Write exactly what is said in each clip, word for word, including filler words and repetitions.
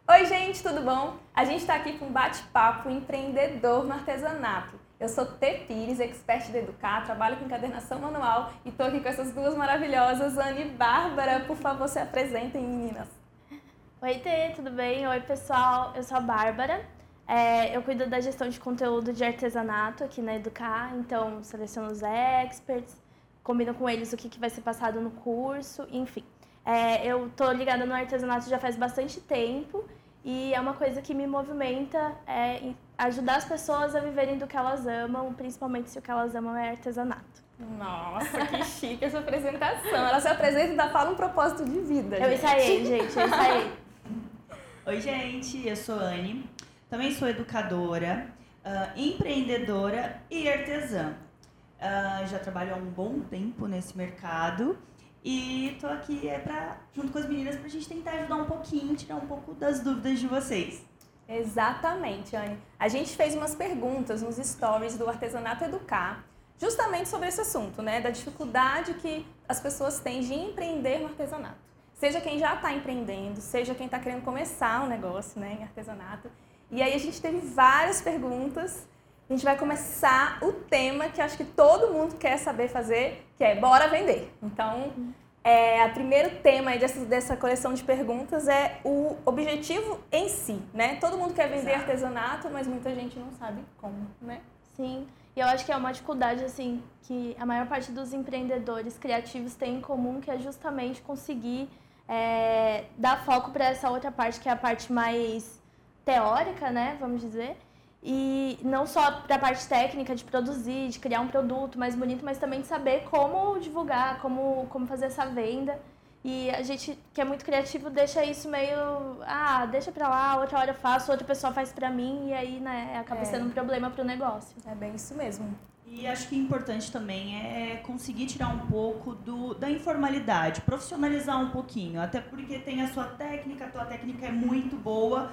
Oi, gente, tudo bom? A gente está aqui para um bate-papo empreendedor no artesanato. Eu sou Tê Pires, expert de educar, trabalho com encadernação manual e estou aqui com essas duas maravilhosas, Anne e Bárbara. Por favor, se apresentem, meninas. Oi, Tê, tudo bem? Oi, pessoal, eu sou a Bárbara. É, eu cuido da gestão de conteúdo de artesanato aqui na Educar, então seleciono os experts, combino com eles o que, que vai ser passado no curso, enfim. É, eu tô ligada no artesanato já faz bastante tempo e é uma coisa que me movimenta é, ajudar as pessoas a viverem do que elas amam, principalmente se o que elas amam é artesanato. Nossa, que chique essa apresentação. Ela se apresenta e ainda fala um propósito de vida. Eu ensaiei, gente, eu ensaiei. Oi, gente, eu sou Anne, também sou educadora, uh, empreendedora e artesã. Uh, já trabalho há um bom tempo nesse mercado. E estou aqui é pra, junto com as meninas para a gente tentar ajudar um pouquinho, tirar um pouco das dúvidas de vocês. Exatamente, Anne. A gente fez umas perguntas nos stories do Artesanato Educar, justamente sobre esse assunto, né? Da dificuldade que as pessoas têm de empreender no artesanato. Seja quem já está empreendendo, seja quem está querendo começar um negócio, né, em artesanato. E aí a gente teve várias perguntas. A gente vai começar o tema que acho que todo mundo quer saber fazer, que é bora vender. Então, é, o primeiro tema aí dessa, dessa coleção de perguntas é o objetivo em si, né? Todo mundo quer vender Exato. Artesanato, mas muita gente não sabe como, né? Sim, e eu acho que é uma dificuldade, assim, que a maior parte dos empreendedores criativos tem em comum, que é justamente conseguir é, dar foco para essa outra parte, que é a parte mais teórica, né, vamos dizer. E não só para a parte técnica de produzir, de criar um produto mais bonito, mas também de saber como divulgar, como, como fazer essa venda. E a gente que é muito criativo deixa isso meio, ah, deixa pra lá, outra hora eu faço, outra pessoa faz pra mim, e aí, né, acaba é. sendo um problema pro negócio. É bem isso mesmo. E acho que importante também é conseguir tirar um pouco do, da informalidade, profissionalizar um pouquinho, até porque tem a sua técnica, a tua técnica é muito boa,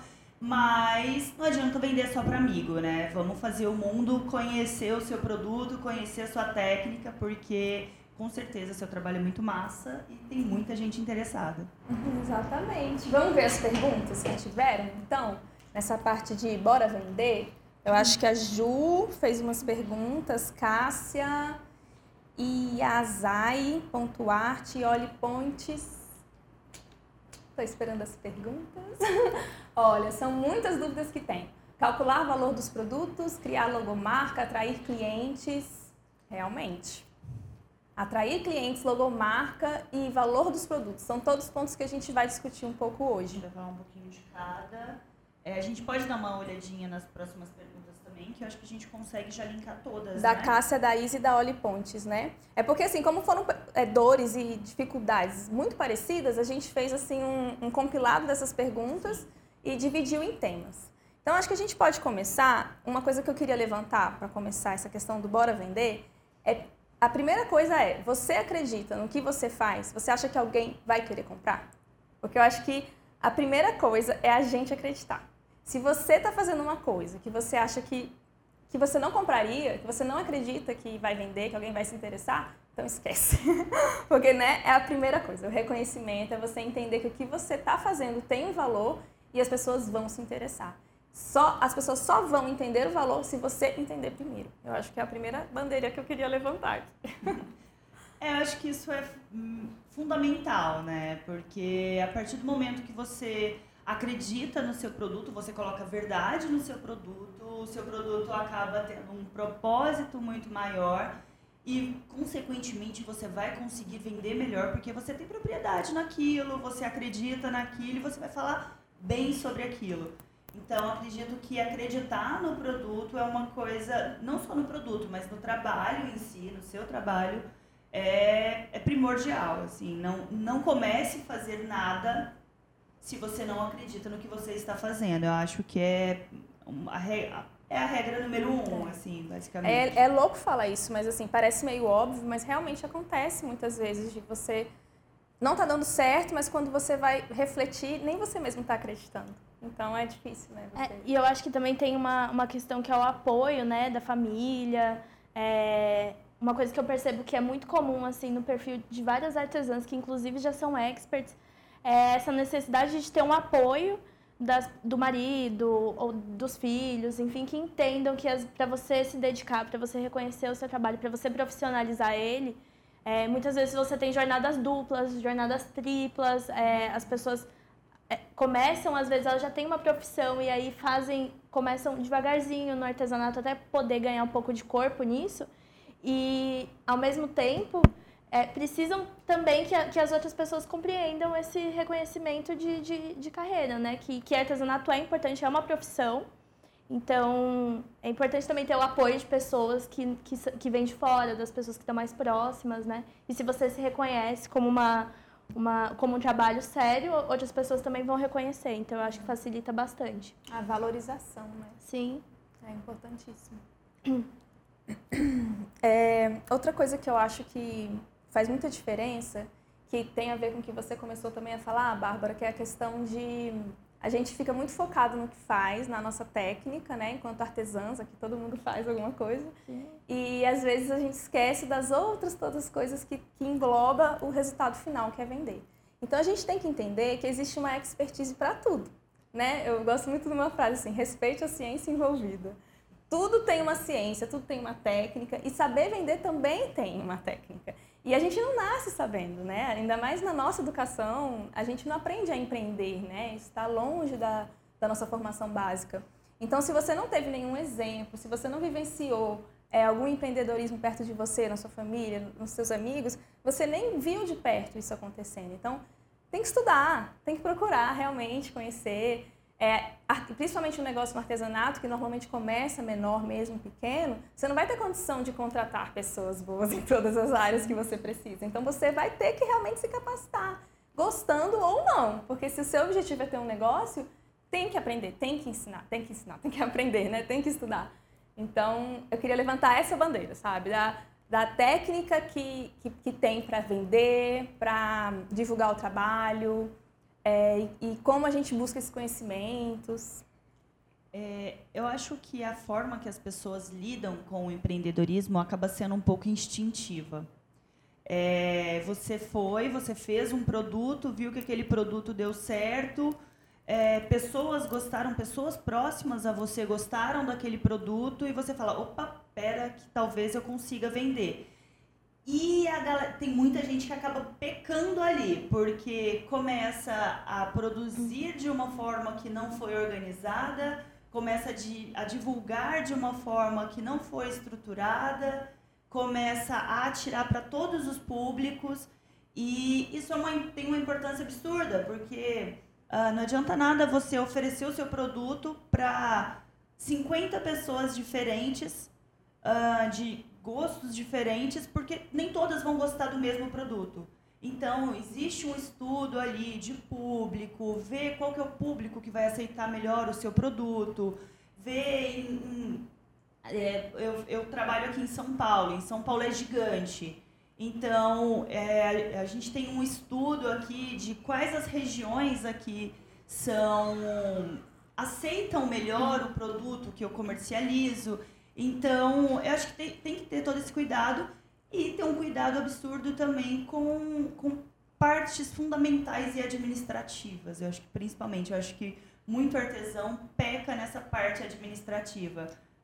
mas não adianta vender só para amigo, né? Vamos fazer o mundo conhecer o seu produto, conhecer a sua técnica, porque com certeza seu trabalho é muito massa e tem muita gente interessada. Exatamente. Vamos ver as perguntas que tiveram? Então, nessa parte de bora vender, eu acho que a Ju fez umas perguntas, Cássia, Iazai.art e Oli Pontes. Estou esperando as perguntas. Olha, são muitas dúvidas que tem. Calcular o valor dos produtos, criar logomarca, atrair clientes. Realmente. Atrair clientes, logomarca e valor dos produtos. São todos pontos que a gente vai discutir um pouco hoje. Vai falar um pouquinho de cada. É, a gente pode dar uma olhadinha nas próximas perguntas também, que eu acho que a gente consegue já linkar todas, Da né? Cássia, da Isa e da Oli Pontes, né? É porque, assim, como foram é, dores e dificuldades muito parecidas, a gente fez, assim, um, um compilado dessas perguntas e dividiu em temas. Então, acho que a gente pode começar. Uma coisa que eu queria levantar para começar essa questão do bora vender é... A primeira coisa é, você acredita no que você faz? Você acha que alguém vai querer comprar? Porque eu acho que a primeira coisa é a gente acreditar. Se você está fazendo uma coisa que você acha que, que você não compraria, que você não acredita que vai vender, que alguém vai se interessar, então esquece. Porque, né, é a primeira coisa, o reconhecimento, é você entender que o que você está fazendo tem um valor e as pessoas vão se interessar. Só, as pessoas só vão entender o valor se você entender primeiro. Eu acho que é a primeira bandeira que eu queria levantar aqui. É, eu acho que isso é fundamental, né? Porque a partir do momento que você acredita no seu produto, você coloca verdade no seu produto, o seu produto acaba tendo um propósito muito maior e, consequentemente, você vai conseguir vender melhor porque você tem propriedade naquilo, você acredita naquilo e você vai falar bem sobre aquilo. Então, acredito que acreditar no produto é uma coisa, não só no produto, mas no trabalho em si, no seu trabalho, é, é primordial. Assim, não, não comece a fazer nada se você não acredita no que você está fazendo. Eu acho que é a regra, é a regra número um, assim, basicamente. É, é louco falar isso, mas assim, parece meio óbvio, mas realmente acontece muitas vezes de você não tá dando certo, mas quando você vai refletir, nem você mesmo está acreditando. Então é difícil, né? Você... É, e eu acho que também tem uma, uma questão que é o apoio, né, da família. É, uma coisa que eu percebo que é muito comum, assim, no perfil de várias artesãs, que inclusive já são experts, é essa necessidade de ter um apoio das, do marido ou dos filhos, enfim, que entendam que para você se dedicar, para você reconhecer o seu trabalho, para você profissionalizar ele, é, muitas vezes você tem jornadas duplas, jornadas triplas, é, as pessoas é, começam, às vezes elas já têm uma profissão e aí fazem, começam devagarzinho no artesanato até poder ganhar um pouco de corpo nisso e, ao mesmo tempo, É, precisam também que, a, que as outras pessoas compreendam esse reconhecimento de, de, de carreira, né? Que, que artesanato é importante, é uma profissão. Então, é importante também ter o apoio de pessoas que, que, que vêm de fora, das pessoas que estão mais próximas, né? E se você se reconhece como, uma, uma, como um trabalho sério, outras pessoas também vão reconhecer. Então, eu acho que facilita bastante. A valorização, né? Sim. É importantíssimo. É, outra coisa que eu acho que faz muita diferença, que tem a ver com o que você começou também a falar, Bárbara, que é a questão de... A gente fica muito focado no que faz, na nossa técnica, né? Enquanto artesãs, aqui todo mundo faz alguma coisa. Sim. E, às vezes, a gente esquece das outras todas as coisas que, que engloba o resultado final, que é vender. Então, a gente tem que entender que existe uma expertise para tudo, né? Eu gosto muito de uma frase assim, respeite a ciência envolvida. Tudo tem uma ciência, tudo tem uma técnica, e saber vender também tem uma técnica. E a gente não nasce sabendo, né? Ainda mais na nossa educação, a gente não aprende a empreender, né? Isso está longe da, da nossa formação básica. Então, se você não teve nenhum exemplo, se você não vivenciou é, algum empreendedorismo perto de você, na sua família, nos seus amigos, você nem viu de perto isso acontecendo. Então, tem que estudar, tem que procurar realmente conhecer. É, principalmente o negócio no artesanato, que normalmente começa menor mesmo, pequeno, você não vai ter condição de contratar pessoas boas em todas as áreas que você precisa. Então, você vai ter que realmente se capacitar, gostando ou não. Porque se o seu objetivo é ter um negócio, tem que aprender, tem que ensinar, tem que ensinar, tem que aprender, né? Tem que estudar. Então, eu queria levantar essa bandeira, sabe? Da, da técnica que, que, que tem para vender, para divulgar o trabalho... É, e como a gente busca esses conhecimentos? É, eu acho que a forma que as pessoas lidam com o empreendedorismo acaba sendo um pouco instintiva. É, você foi, você fez um produto, viu que aquele produto deu certo, é, pessoas gostaram, pessoas próximas a você gostaram daquele produto e você fala, opa, pera que talvez eu consiga vender. E a galera, tem muita gente que acaba pecando ali, porque começa a produzir de uma forma que não foi organizada, começa a, de, a divulgar de uma forma que não foi estruturada, começa a atirar para todos os públicos, e isso é uma, tem uma importância absurda, porque uh, não adianta nada você oferecer o seu produto para cinquenta pessoas diferentes, uh, de gostos diferentes, porque nem todas vão gostar do mesmo produto. Então, existe um estudo ali de público, ver qual que é o público que vai aceitar melhor o seu produto, ver... Em, em, é, eu, eu trabalho aqui em São Paulo, em São Paulo é gigante. Então, é, a gente tem um estudo aqui de quais as regiões aqui são, aceitam melhor o produto que eu comercializo. Então, eu acho que tem, tem que ter todo esse cuidado e ter um cuidado absurdo também com, com partes fundamentais e administrativas. Eu acho que, principalmente, eu acho que muito artesão peca nessa parte administrativa.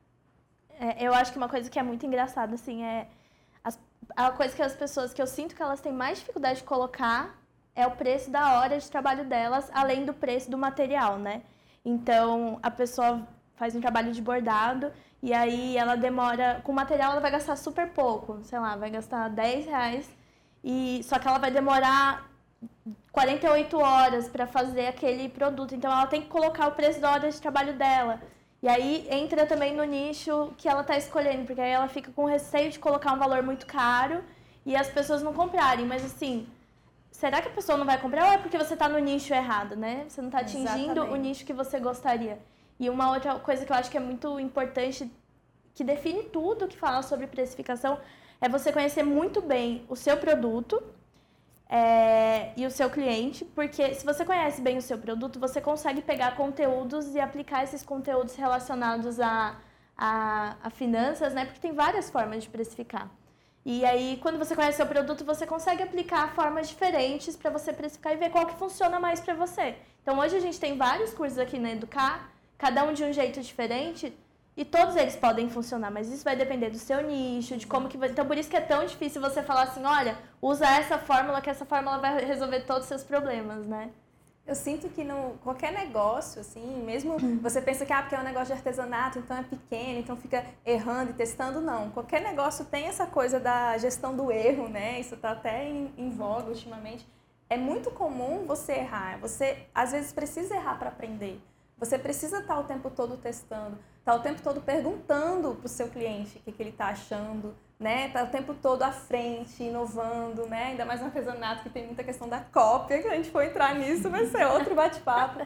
É, eu acho que uma coisa que é muito engraçada, assim, é as, a coisa que as pessoas, que eu sinto que elas têm mais dificuldade de colocar é o preço da hora de trabalho delas, além do preço do material, né? Então, a pessoa faz um trabalho de bordado e aí ela demora... Com material ela vai gastar super pouco, sei lá, vai gastar dez reais, e, só que ela vai demorar quarenta e oito horas para fazer aquele produto. Então, ela tem que colocar o preço da hora de trabalho dela. E aí entra também no nicho que ela está escolhendo, porque aí ela fica com receio de colocar um valor muito caro e as pessoas não comprarem. Mas, assim, será que a pessoa não vai comprar ou é porque você está no nicho errado, né? Você não está atingindo Exatamente. O nicho que você gostaria. E uma outra coisa que eu acho que é muito importante, que define tudo que fala sobre precificação, é você conhecer muito bem o seu produto é, e o seu cliente, porque se você conhece bem o seu produto, você consegue pegar conteúdos e aplicar esses conteúdos relacionados a, a, a finanças, né? Porque tem várias formas de precificar. E aí, quando você conhece o seu produto, você consegue aplicar formas diferentes para você precificar e ver qual que funciona mais para você. Então, hoje a gente tem vários cursos aqui na Educar, cada um de um jeito diferente, e todos eles podem funcionar, mas isso vai depender do seu nicho, de como que vai... Então, por isso que é tão difícil você falar assim, olha, usa essa fórmula, que essa fórmula vai resolver todos os seus problemas, né? Eu sinto que no qualquer negócio, assim, mesmo você pensa que ah, porque é um negócio de artesanato, então é pequeno, então fica errando e testando, não. Qualquer negócio tem essa coisa da gestão do erro, né? Isso está até em, em voga ultimamente. É muito comum você errar, você às vezes precisa errar para aprender. Você precisa estar o tempo todo testando, estar o tempo todo perguntando para o seu cliente o que, que ele está achando, né? Tá o tempo todo à frente, inovando, né? Ainda mais no artesanato, que tem muita questão da cópia, que a gente for entrar nisso, vai ser outro bate-papo.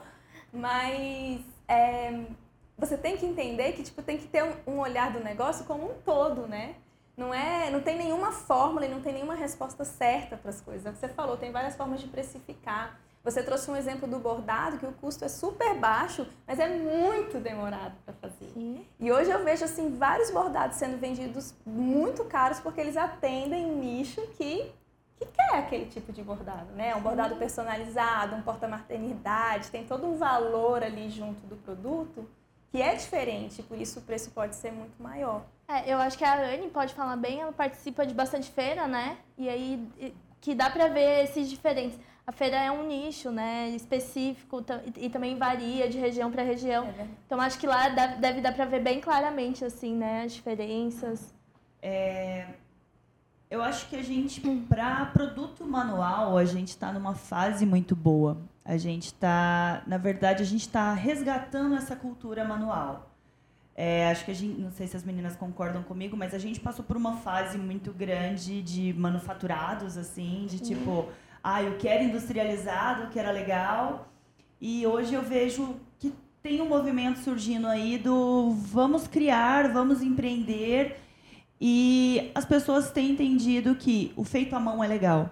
Mas é, você tem que entender que tipo, tem que ter um, um olhar do negócio como um todo, né? Não, é, não tem nenhuma fórmula e não tem nenhuma resposta certa para as coisas. É o que você falou, tem várias formas de precificar. Você trouxe um exemplo do bordado, que o custo é super baixo, mas é muito demorado para fazer. Sim. E hoje eu vejo assim, vários bordados sendo vendidos muito caros porque eles atendem um nicho que, que quer aquele tipo de bordado, né? Um bordado personalizado, um porta-maternidade, tem todo um valor ali junto do produto que é diferente, por isso o preço pode ser muito maior. É, eu acho que a Anne pode falar bem, ela participa de bastante feira, né? E aí que dá para ver esses diferentes. A feira é um nicho, né, específico e também varia de região para região. É. Então, acho que lá deve dar para ver bem claramente, assim, né, as diferenças. É, eu acho que a gente, para produto manual, a gente está numa fase muito boa. A gente está, na verdade, a gente está resgatando essa cultura manual. É, acho que a gente, não sei se as meninas concordam comigo, mas a gente passou por uma fase muito grande de manufaturados, assim, de tipo... Ah, eu quero industrializado, que era legal. E hoje eu vejo que tem um movimento surgindo aí do vamos criar, vamos empreender. E as pessoas têm entendido que o feito à mão é legal.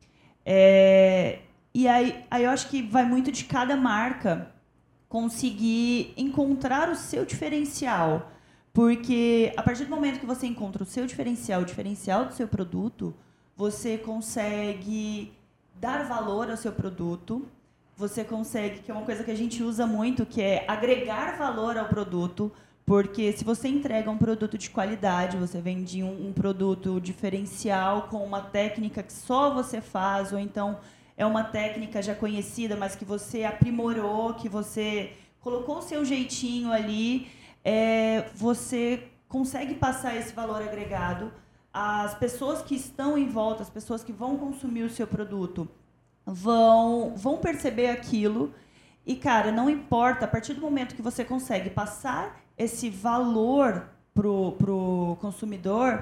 É, e aí, aí eu acho que vai muito de cada marca conseguir encontrar o seu diferencial. Porque a partir do momento que você encontra o seu diferencial, o diferencial do seu produto, você consegue... dar valor ao seu produto, você consegue, que é uma coisa que a gente usa muito, que é agregar valor ao produto, porque se você entrega um produto de qualidade, você vende um, um produto diferencial com uma técnica que só você faz, ou então é uma técnica já conhecida, mas que você aprimorou, que você colocou o seu jeitinho ali, é, você consegue passar esse valor agregado. As pessoas que estão em volta, as pessoas que vão consumir o seu produto, vão, vão perceber aquilo. E, cara, não importa, a partir do momento que você consegue passar esse valor pro, pro consumidor,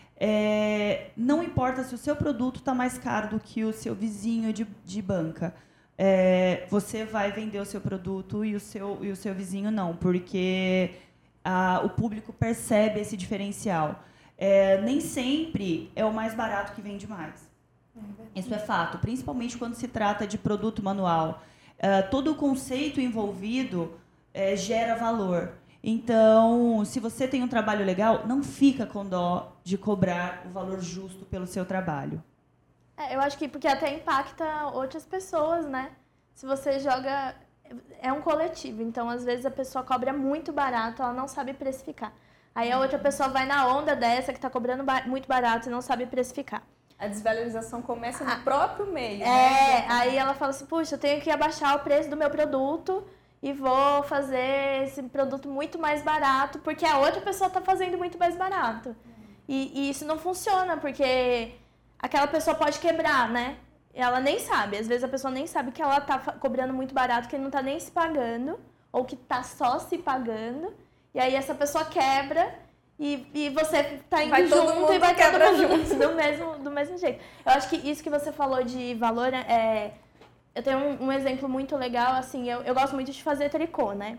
é, não importa se o seu produto está mais caro do que o seu vizinho de, de banca. É, você vai vender o seu produto e o seu, e o seu vizinho não, porque a, o público percebe esse diferencial. É, nem sempre é o mais barato que vende mais. É Isso é fato, principalmente quando se trata de produto manual. É, todo o conceito envolvido é, gera valor. Então, se você tem um trabalho legal, não fica com dó de cobrar o valor justo pelo seu trabalho. É, eu acho que porque até impacta outras pessoas, né? Se você joga... É um coletivo, então às vezes a pessoa cobra muito barato, ela não sabe precificar. Aí a outra pessoa vai na onda dessa que está cobrando ba- muito barato e não sabe precificar. A desvalorização começa no ah, próprio meio. É, né? Aí ela fala assim, puxa, eu tenho que abaixar o preço do meu produto e vou fazer esse produto muito mais barato porque a outra pessoa está fazendo muito mais barato. E, e isso não funciona, porque aquela pessoa pode quebrar, né? Ela nem sabe. Às vezes a pessoa nem sabe que ela está cobrando muito barato, que ele não está nem se pagando, ou que está só se pagando. E aí essa pessoa quebra e, e você tá indo vai junto todo mundo e vai quebrar junto do mesmo, do mesmo jeito. Eu acho que isso que você falou de valor, é, eu tenho um, um exemplo muito legal, assim, eu, eu gosto muito de fazer tricô, né?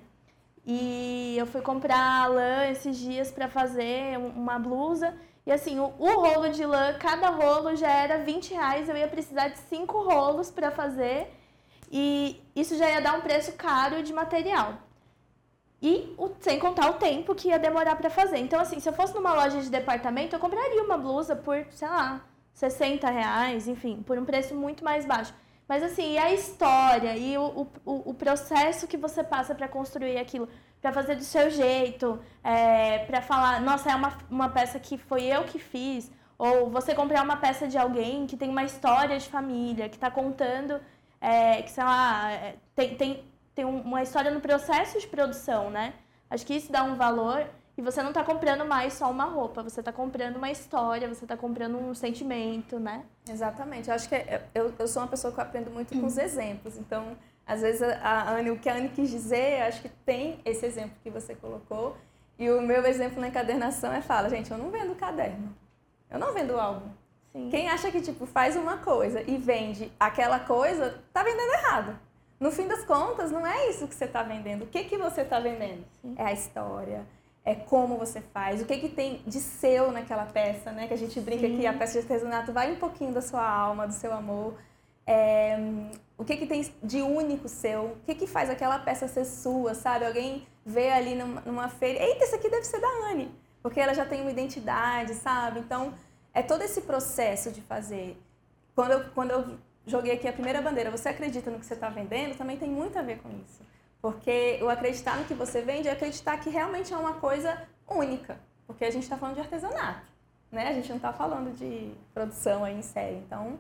E eu fui comprar lã esses dias para fazer uma blusa e assim, o, o rolo de lã, cada rolo já era vinte reais, eu ia precisar de cinco rolos para fazer e isso já ia dar um preço caro de material. E o, sem contar o tempo que ia demorar para fazer. Então, assim, se eu fosse numa loja de departamento, eu compraria uma blusa por, sei lá, sessenta reais, enfim, por um preço muito mais baixo. Mas, assim, e a história e o, o, o processo que você passa para construir aquilo, para fazer do seu jeito, é, para falar, nossa, é uma, uma peça que foi eu que fiz, ou você comprar uma peça de alguém que tem uma história de família, que está contando, é, que, sei lá, é, tem... tem tem uma história no processo de produção, né? Acho que isso dá um valor e você não está comprando mais só uma roupa, você está comprando uma história, você está comprando um sentimento, né? Exatamente. Eu acho que eu, eu sou uma pessoa que eu aprendo muito com os exemplos. Então, às vezes, a Anne, o que a Anne quis dizer, acho que tem esse exemplo que você colocou. E o meu exemplo na encadernação é fala, gente, eu não vendo caderno. Eu não vendo álbum. Sim. Quem acha que, tipo, faz uma coisa e vende aquela coisa, tá vendendo errado. No fim das contas, não é isso que você está vendendo. O que, que você está vendendo? Sim. É a história, é como você faz, o que, que tem de seu naquela peça, né? Que a gente brinca Sim. que a peça de artesanato vai um pouquinho da sua alma, do seu amor. É, o que, que tem de único seu? O que, que faz aquela peça ser sua, sabe? Alguém vê ali numa, numa feira, eita, isso aqui deve ser da Anne, porque ela já tem uma identidade, sabe? Então, é todo esse processo de fazer. Quando eu... Quando eu joguei aqui a primeira bandeira, você acredita no que você está vendendo, também tem muito a ver com isso. Porque o acreditar no que você vende é acreditar que realmente é uma coisa única. Porque a gente está falando de artesanato, né? A gente não está falando de produção aí em série. Então,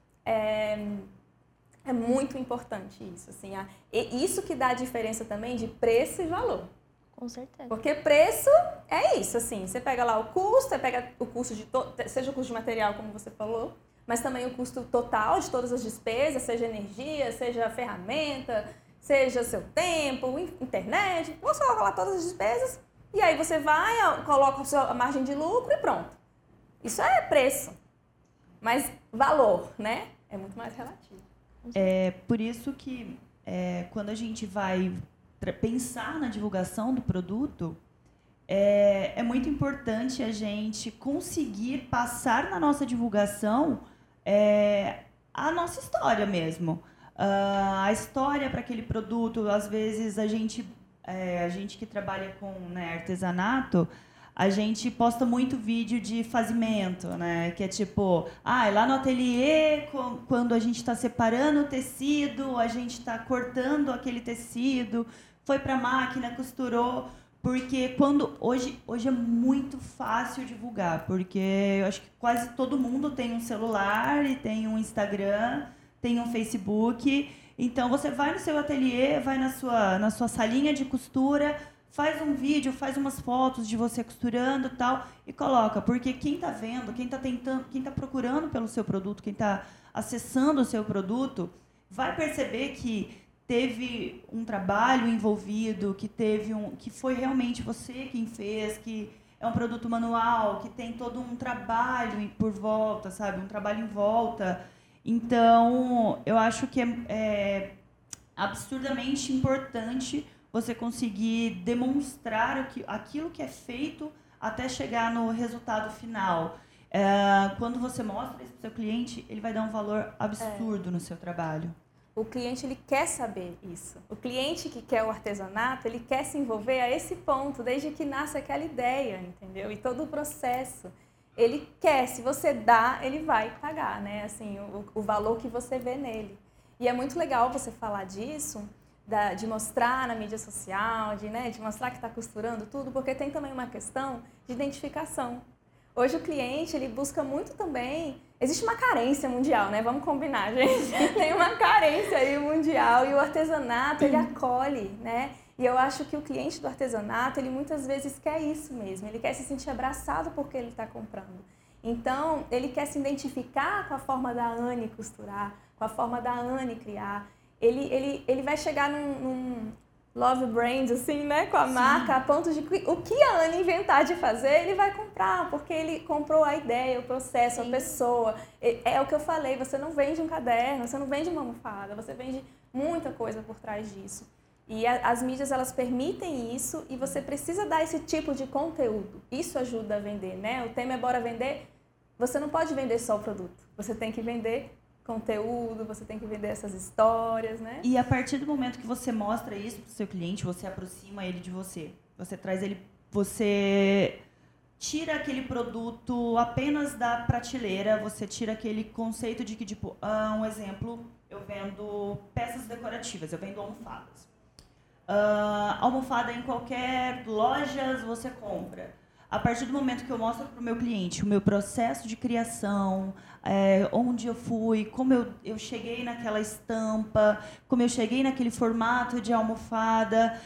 é, é muito importante isso. Assim, a, e isso que dá a diferença também de preço e valor. Com certeza. Porque preço é isso, assim. Você pega lá o custo, você pega o custo de... To, seja o custo de material, como você falou, mas também o custo total de todas as despesas, seja energia, seja ferramenta, seja seu tempo, internet, você coloca lá todas as despesas e aí você vai, coloca a sua margem de lucro e pronto. Isso é preço, mas valor, né? É muito mais relativo. É por isso que é, quando a gente vai pensar na divulgação do produto, é, é muito importante a gente conseguir passar na nossa divulgação É, a nossa história mesmo. Uh, a história para aquele produto, às vezes a gente, é, a gente que trabalha com né, artesanato, a gente posta muito vídeo de fazimento, né? Que é tipo, ah, lá no ateliê, quando a gente está separando o tecido, a gente está cortando aquele tecido, foi para a máquina, costurou. Porque quando hoje, hoje é muito fácil divulgar, porque eu acho que quase todo mundo tem um celular e tem um Instagram, tem um Facebook. Então você vai no seu ateliê, vai na sua, na sua salinha de costura, faz um vídeo, faz umas fotos de você costurando e tal, e coloca. Porque quem está vendo, quem está tentando, quem está procurando pelo seu produto, quem está acessando o seu produto, vai perceber que teve um trabalho envolvido, que teve um, que foi realmente você quem fez, que é um produto manual, que tem todo um trabalho por volta, sabe? Um trabalho em volta. Então, eu acho que é, é absurdamente importante você conseguir demonstrar o que, aquilo que é feito até chegar no resultado final. É, quando você mostra isso para o seu cliente, ele vai dar um valor absurdo é. no seu trabalho. O cliente, ele quer saber isso. O cliente que quer o artesanato, ele quer se envolver a esse ponto, desde que nasce aquela ideia, entendeu? E todo o processo. Ele quer, se você dá, ele vai pagar, né? Assim, o, o valor que você vê nele. E é muito legal você falar disso, da, de mostrar na mídia social, de, né, de mostrar que está costurando tudo, porque tem também uma questão de identificação. Hoje o cliente, ele busca muito também... Existe uma carência mundial, né? Vamos combinar, gente. Tem uma carência aí mundial e o artesanato, ele acolhe, né? E eu acho que o cliente do artesanato, ele muitas vezes quer isso mesmo. Ele quer se sentir abraçado porque ele está comprando. Então, ele quer se identificar com a forma da Anne costurar, com a forma da Anne criar. Ele, ele, ele vai chegar num... num love brand, assim, né, com a Sim. marca, a ponto de que o que a Anne inventar de fazer, ele vai comprar, porque ele comprou a ideia, o processo, Sim. a pessoa. É, é o que eu falei, você não vende um caderno, você não vende uma almofada, você vende muita coisa por trás disso. E a, as mídias, elas permitem isso e você precisa dar esse tipo de conteúdo. Isso ajuda a vender, né? O tema é bora vender. Você não pode vender só o produto, você tem que vender conteúdo, você tem que vender essas histórias, né? E a partir do momento que você mostra isso para o seu cliente, você aproxima ele de você. Você traz ele, você tira aquele produto apenas da prateleira, você tira aquele conceito de que, tipo, ah, um exemplo, eu vendo peças decorativas, eu vendo almofadas. Uh, almofada em qualquer loja você compra. A partir do momento que eu mostro para o meu cliente o meu processo de criação, é, onde eu fui, como eu, eu cheguei naquela estampa, como eu cheguei naquele formato de almofada,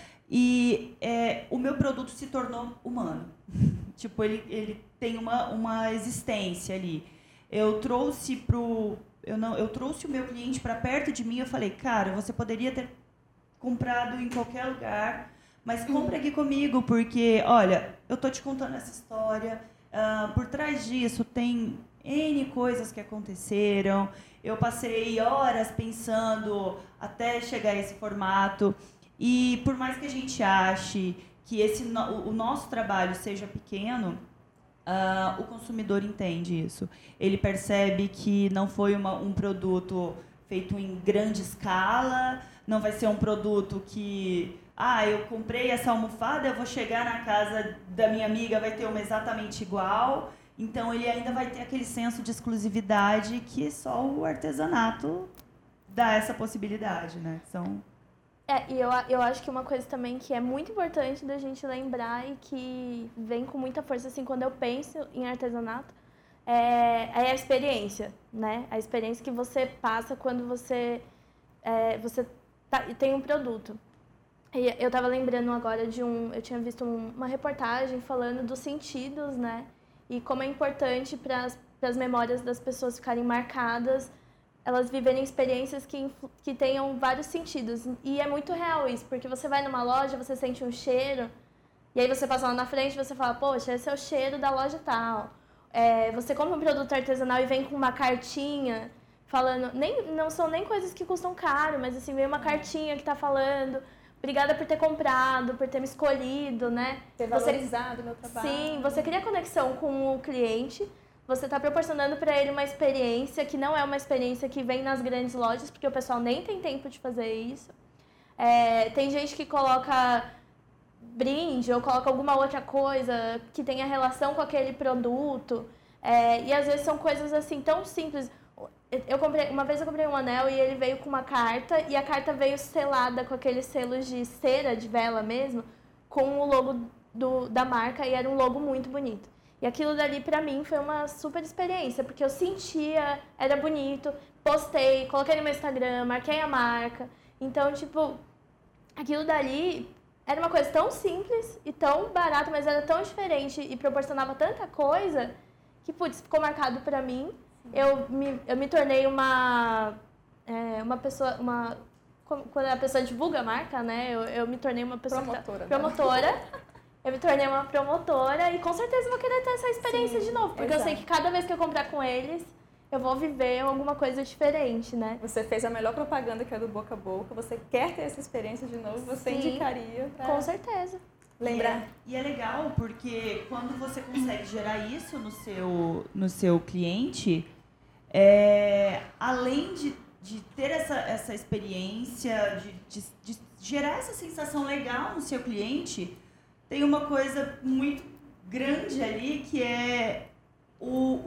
e é, o meu produto se tornou humano. Tipo, ele, ele tem uma, uma existência ali. Eu trouxe pro, eu não, eu trouxe o meu cliente para perto de mim, eu falei, cara, você poderia ter comprado em qualquer lugar, mas compra aqui comigo, porque, olha, eu tô te contando essa história, uh, por trás disso tem N coisas que aconteceram, eu passei horas pensando até chegar a esse formato, e por mais que a gente ache que esse, o nosso trabalho seja pequeno, uh, o consumidor entende isso. Ele percebe que não foi uma, um produto feito em grande escala, não vai ser um produto que, ah, eu comprei essa almofada, eu vou chegar na casa da minha amiga, vai ter uma exatamente igual. Então, ele ainda vai ter aquele senso de exclusividade que só o artesanato dá essa possibilidade, né? São... É, e eu, eu acho que uma coisa também que é muito importante da gente lembrar e que vem com muita força, assim, quando eu penso em artesanato, é, é a experiência, né? A experiência que você passa quando você, é, você tá, tem um produto. E eu estava lembrando agora de um... Eu tinha visto um, uma reportagem falando dos sentidos, né? E como é importante para as memórias das pessoas ficarem marcadas, elas viverem experiências que, que tenham vários sentidos. E é muito real isso, porque você vai numa loja, você sente um cheiro, e aí você passa lá na frente e você fala, poxa, esse é o cheiro da loja tal. É, você compra um produto artesanal e vem com uma cartinha falando... Nem, não são nem coisas que custam caro, mas assim, vem uma cartinha que está falando... Obrigada por ter comprado, por ter me escolhido, né? Ter valorizado o meu trabalho. Sim, você cria conexão com o cliente, você está proporcionando para ele uma experiência que não é uma experiência que vem nas grandes lojas, porque o pessoal nem tem tempo de fazer isso. É, tem gente que coloca brinde ou coloca alguma outra coisa que tenha relação com aquele produto. É, e às vezes são coisas assim tão simples. Eu comprei, uma vez eu comprei um anel e ele veio com uma carta, e a carta veio selada com aqueles selos de cera, de vela mesmo, com o logo do, da marca, e era um logo muito bonito. E aquilo dali pra mim foi uma super experiência, porque eu sentia, era bonito, postei, coloquei no meu Instagram, marquei a marca. Então, tipo, aquilo dali era uma coisa tão simples e tão barata, mas era tão diferente e proporcionava tanta coisa que, putz, ficou marcado pra mim. Eu me, eu me tornei uma, é, uma pessoa, uma, quando a pessoa divulga a marca, né, eu, eu me tornei uma pessoa promotora. Tá, promotora. Eu me tornei uma promotora e com certeza vou querer ter essa experiência Sim, de novo, porque exato. Eu sei que cada vez que eu comprar com eles, eu vou viver alguma coisa diferente, né? Você fez a melhor propaganda, que é do boca a boca, você quer ter essa experiência de novo, você Sim, indicaria pra... Com certeza. Lembrar. E é, e é legal porque quando você consegue gerar isso no seu, no seu cliente, é, além de, de ter essa, essa experiência, de, de, de gerar essa sensação legal no seu cliente, tem uma coisa muito grande ali que é o,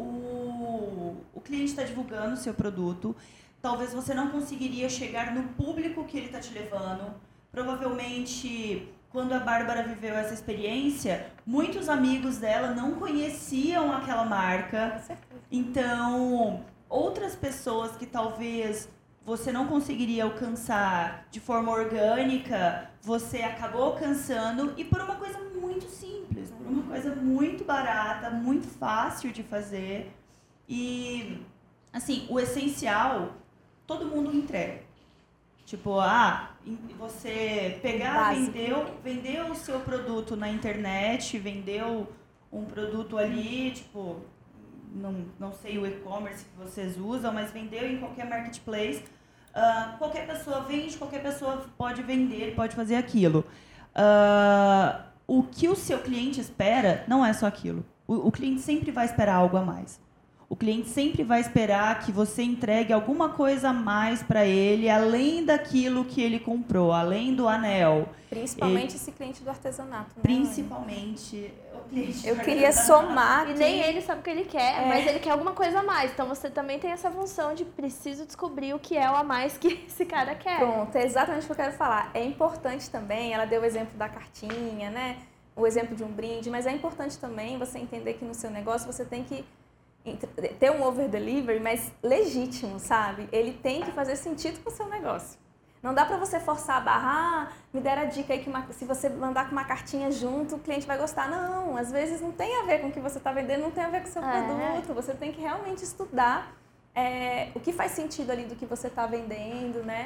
o, o cliente está divulgando o seu produto, talvez você não conseguiria chegar no público que ele está te levando, provavelmente... Quando a Bárbara viveu essa experiência, muitos amigos dela não conheciam aquela marca. Então, outras pessoas que talvez você não conseguiria alcançar de forma orgânica, você acabou alcançando, e por uma coisa muito simples, por uma coisa muito barata, muito fácil de fazer. E, assim, o essencial, todo mundo entrega. Tipo, ah, você pegar, vendeu, vendeu o seu produto na internet, vendeu um produto ali, tipo, não, não sei o e-commerce que vocês usam, mas vendeu em qualquer marketplace. Uh, qualquer pessoa vende, qualquer pessoa pode vender, pode fazer aquilo. Uh, o que o seu cliente espera não é só aquilo. O, o cliente sempre vai esperar algo a mais. O cliente sempre vai esperar que você entregue alguma coisa a mais para ele, além daquilo que ele comprou, além do anel. Principalmente ele, esse cliente do artesanato, né? Principalmente o cliente Eu do queria artesanato. somar. E que... nem ele sabe o que ele quer, É. mas ele quer alguma coisa a mais. Então você também tem essa função de preciso descobrir o que é o a mais que esse cara quer. Pronto, é exatamente o que eu quero falar. É importante também, ela deu o exemplo da cartinha, né? O exemplo de um brinde, mas é importante também você entender que no seu negócio você tem que ter um over-delivery, mas legítimo, sabe? Ele tem que fazer sentido com o seu negócio. Não dá pra você forçar a barra, ah, me deram a dica aí que uma, se você mandar com uma cartinha junto, o cliente vai gostar. Não, às vezes não tem a ver com o que você está vendendo, não tem a ver com o seu É. produto. Você tem que realmente estudar é, o que faz sentido ali do que você está vendendo, né?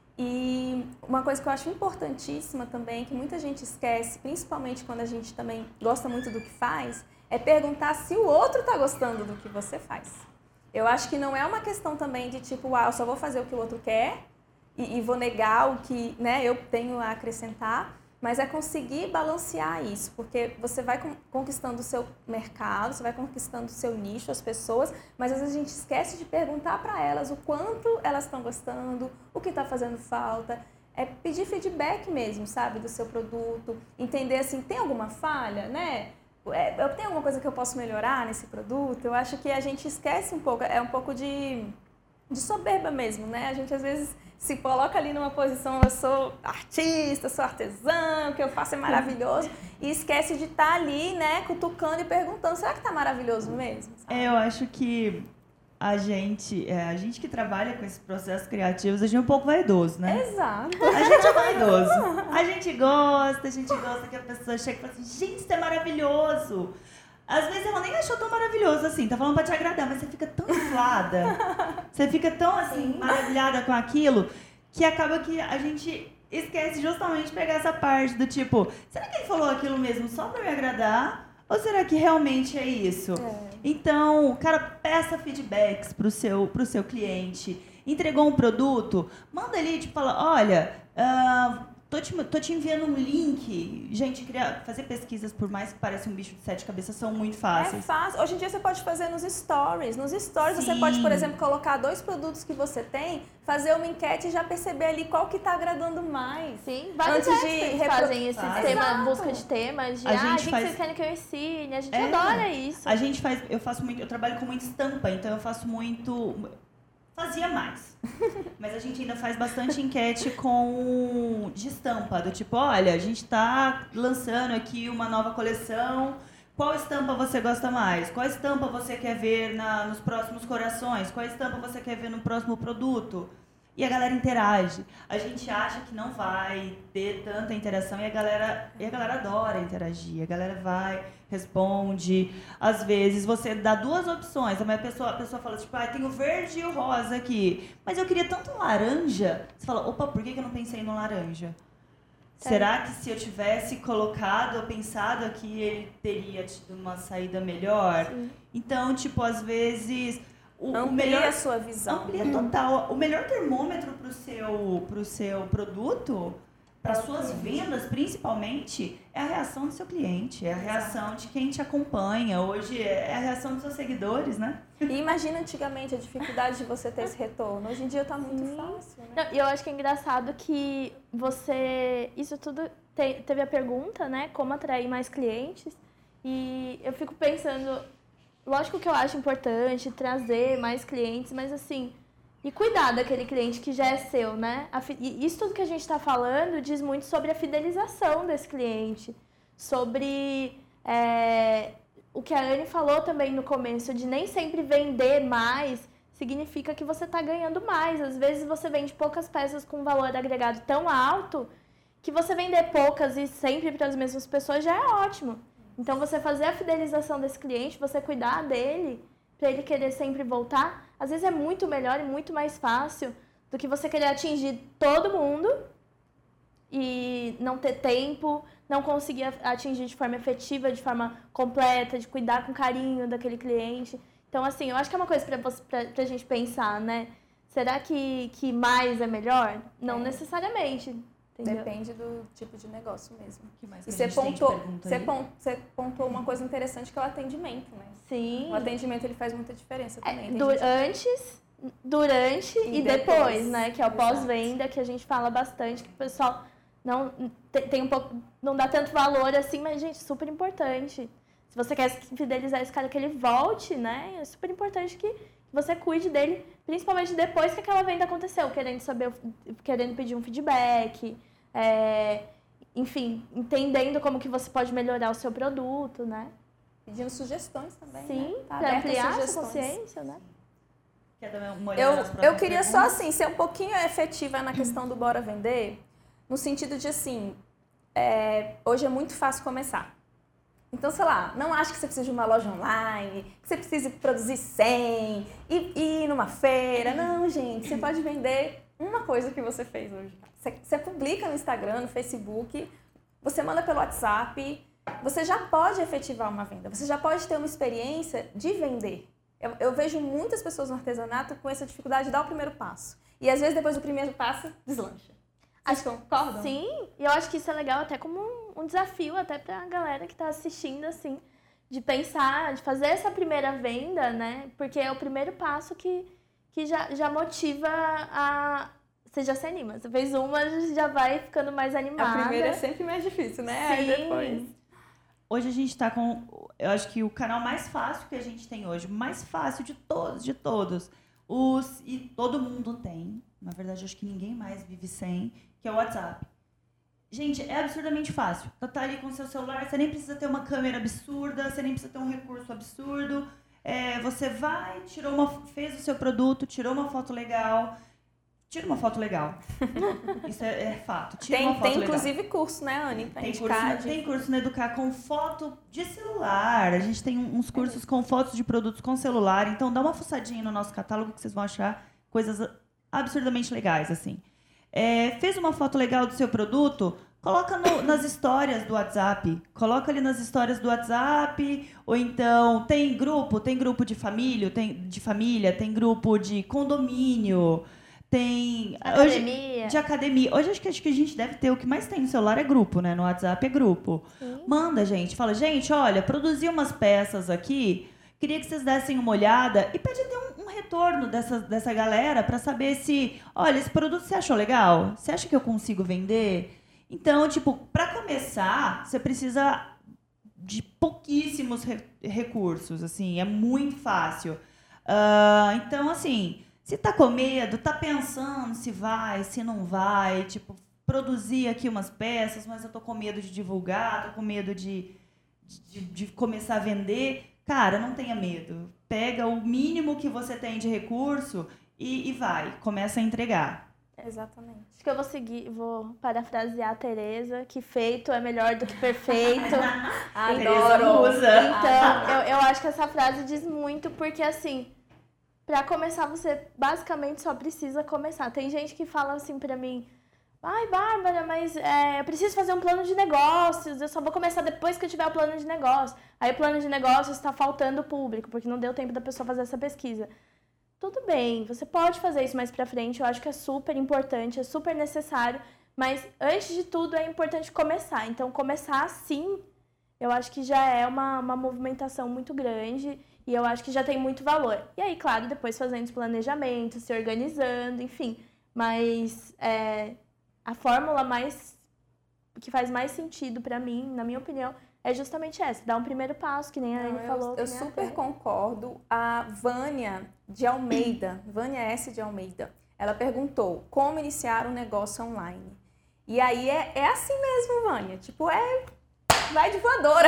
E uma coisa que eu acho importantíssima também, que muita gente esquece, principalmente quando a gente também gosta muito do que faz, é perguntar se o outro está gostando do que você faz. Eu acho que não é uma questão também de tipo, ah, eu só vou fazer o que o outro quer e, e vou negar o que, né, eu tenho a acrescentar, mas é conseguir balancear isso, porque você vai conquistando o seu mercado, você vai conquistando o seu nicho, as pessoas, mas às vezes a gente esquece de perguntar para elas o quanto elas estão gostando, o que está fazendo falta. É pedir feedback mesmo, sabe, do seu produto, entender assim, tem alguma falha, né? Eu tenho alguma coisa que eu posso melhorar nesse produto? Eu acho que a gente esquece um pouco, é um pouco de, de soberba mesmo, né? A gente às vezes se coloca ali numa posição, eu sou artista, sou artesã, o que eu faço é maravilhoso, e esquece de estar ali, né, cutucando e perguntando, será que tá maravilhoso mesmo? Sabe? É, eu acho que a gente, é, a gente que trabalha com esses processos criativos, a gente é um pouco vaidoso, né? Exato. A gente é vaidoso. A gente gosta, a gente gosta que a pessoa chegue e fala assim, gente, isso é maravilhoso. Às vezes ela nem achou tão maravilhoso assim, tá falando pra te agradar, mas você fica tão inflada, você fica tão assim, maravilhada com aquilo, que acaba que a gente esquece justamente de pegar essa parte do tipo, será que ele falou aquilo mesmo só pra me agradar? Ou será que realmente é isso? É. Então, cara, peça feedbacks pro seu, pro seu cliente. Entregou um produto, manda ali, tipo, fala, olha, uh, tô, te, tô te enviando um link. Gente, criar, fazer pesquisas, por mais que pareça um bicho de sete cabeças, são muito fáceis. É fácil. Hoje em dia você pode fazer nos stories. Nos stories Sim. você pode, por exemplo, colocar dois produtos que você tem, fazer uma enquete e já perceber ali qual que está agradando mais. Sim, vários Antes de experts repro- fazem esse Faz. tema, Exato. busca de temas, de A ah, gente o que faz- que vocês querem que eu ensine? A gente É. adora isso. A gente faz, eu faço muito, eu trabalho com muita estampa, então eu faço muito, fazia mais. Mas a gente ainda faz bastante enquete com de estampa, do tipo, olha, a gente tá lançando aqui uma nova coleção, qual estampa você gosta mais? Qual estampa você quer ver na, nos próximos corações? Qual estampa você quer ver no próximo produto? E a galera interage. A gente acha que não vai ter tanta interação e a galera, e a galera adora interagir. A galera vai, responde. Às vezes você dá duas opções. A pessoa, a pessoa fala, tipo, ah, tem o verde e o rosa aqui. Mas eu queria tanto laranja. Você fala, opa, por que eu não pensei no laranja? Tá. Será que se eu tivesse colocado ou pensado aqui, ele teria tido uma saída melhor? Sim. Então, tipo, às vezes... O, o Amplia melhor a sua visão. Amplia total. O melhor termômetro para o seu, pro seu produto, para suas vendas principalmente, é a reação do seu cliente, é a reação de quem te acompanha. Hoje é a reação dos seus seguidores, né? E imagina antigamente a dificuldade de você ter esse retorno. Hoje em dia está muito Sim. fácil, né? Não, e eu acho que é engraçado que você... Isso tudo te- teve a pergunta, né? Como atrair mais clientes. E eu fico pensando... Lógico que eu acho importante trazer mais clientes, mas assim... E cuidar daquele cliente que já é seu, né? A fi- e isso tudo que a gente está falando diz muito sobre a fidelização desse cliente. Sobre é, o que a Anne falou também no começo, de nem sempre vender mais significa que você está ganhando mais. Às vezes você vende poucas peças com um valor agregado tão alto que você vender poucas e sempre para as mesmas pessoas já é ótimo. Então, você fazer a fidelização desse cliente, você cuidar dele, para ele querer sempre voltar, às vezes é muito melhor e muito mais fácil do que você querer atingir todo mundo e não ter tempo, não conseguir atingir de forma efetiva, de forma completa, de cuidar com carinho daquele cliente. Então, assim, eu acho que é uma coisa para a gente pensar, né? Será que, que mais é melhor? Não É. necessariamente. Entendeu? Depende do tipo de negócio mesmo. Que mais E que a você gente tem de pontuou, pergunta você, aí? pon, você pontuou uma coisa interessante que é o atendimento, né? Sim. O atendimento ele faz muita diferença também. É, Tem du- gente- antes, durante e, E depois, depois, né? Que é o exato. pós-venda, que a gente fala bastante, que o pessoal não tem, tem um pouco, não dá tanto valor assim, mas, gente, super importante. Se você quer fidelizar esse cara, que ele volte, né? É super importante que você cuide dele, principalmente depois que aquela venda aconteceu, querendo saber, querendo pedir um feedback, é, enfim, entendendo como que você pode melhorar o seu produto, né? Pedindo sugestões também, Sim, né? Tá para aberta a ampliar a sua sugestões. consciência, né? Quer dar uma olhada Eu, nas eu próximas queria só, perguntas? assim, ser um pouquinho efetiva na questão do Bora Vender, no sentido de, assim, é, hoje é muito fácil começar. Então, sei lá, não acho que você precisa de uma loja online, que você precise produzir cem e, e ir numa feira. Não, gente, você pode vender uma coisa que você fez hoje. Você, você publica no Instagram, no Facebook, você manda pelo WhatsApp, você já pode efetivar uma venda, você já pode ter uma experiência de vender. Eu, eu vejo muitas pessoas no artesanato com essa dificuldade de dar o primeiro passo. E às vezes depois do primeiro passo, deslancha. Vocês concordam? Sim, e eu acho que isso é legal até como um, um desafio até pra galera que tá assistindo, assim, de pensar, de fazer essa primeira venda, né? Porque é o primeiro passo que, que já, já motiva a... Você já se anima. Você fez uma, já vai ficando mais animada. A primeira é sempre mais difícil, né? Aí Sim. depois... Hoje a gente tá com, eu acho que o canal mais fácil que a gente tem hoje, o mais fácil de todos, de todos, os, e todo mundo tem, na verdade acho que ninguém mais vive sem, que é o WhatsApp. Gente, é absurdamente fácil. Você tá ali com o seu celular, você nem precisa ter uma câmera absurda, você nem precisa ter um recurso absurdo. É, você vai, tirou uma, fez o seu produto, tirou uma foto legal. Tira uma foto legal. Isso é, é fato. Tira Tem, uma foto tem legal. inclusive curso, né, Anny? Pra Tem curso, indicar. na, de- tem curso na Educar com foto de celular. A gente tem um- uns cursos com fotos de produtos com celular. Então, dá uma fuçadinha no nosso catálogo que vocês vão achar coisas absurdamente legais, assim. É, fez uma foto legal do seu produto? Coloca no- nas histórias do WhatsApp. Coloca ali nas histórias do WhatsApp. Ou então, tem grupo, tem grupo de família, tem, de família, tem grupo de condomínio, tem... Hoje, Academia. de academia. Hoje acho que, acho que a gente deve ter, o que mais tem no celular é grupo, né? No WhatsApp é grupo. Sim. Manda, gente. Fala, gente, olha, produzi umas peças aqui, queria que vocês dessem uma olhada e pede até um, um retorno dessa, dessa galera para saber se, olha, esse produto você achou legal? Você acha que eu consigo vender? Então, tipo, para começar, você precisa de pouquíssimos re- recursos, assim, é muito fácil. Ah, então, assim... Se tá com medo, tá pensando se vai, se não vai, tipo, produzir aqui umas peças, mas eu tô com medo de divulgar, tô com medo de, de, de começar a vender, cara, não tenha medo. Pega o mínimo que você tem de recurso e, e vai, começa a entregar. Exatamente. Acho que eu vou seguir, vou parafrasear a Tereza, que feito é melhor do que perfeito. Tereza Musa. Então, eu, eu acho que essa frase diz muito, porque assim, pra começar, você basicamente só precisa começar. Tem gente que fala assim pra mim, ai, Bárbara, mas é, eu preciso fazer um plano de negócios, eu só vou começar depois que eu tiver o plano de negócios. Aí o plano de negócios está faltando público, porque não deu tempo da pessoa fazer essa pesquisa. Tudo bem, você pode fazer isso mais pra frente, eu acho que é super importante, é super necessário, mas antes de tudo é importante começar. Então, começar assim, eu acho que já é uma, uma movimentação muito grande e eu acho que já tem muito valor. E aí, claro, depois fazendo os planejamentos, se organizando, enfim. Mas é, a fórmula mais que faz mais sentido pra mim, na minha opinião, é justamente essa. Dar um primeiro passo, que nem a Não, Anny eu, falou. eu que nem a super Tânia. concordo. A Vânia de Almeida, Vânia S. de Almeida, ela perguntou como iniciar um negócio online. E aí é, é assim mesmo, Vânia. Tipo, é... vai de voadora.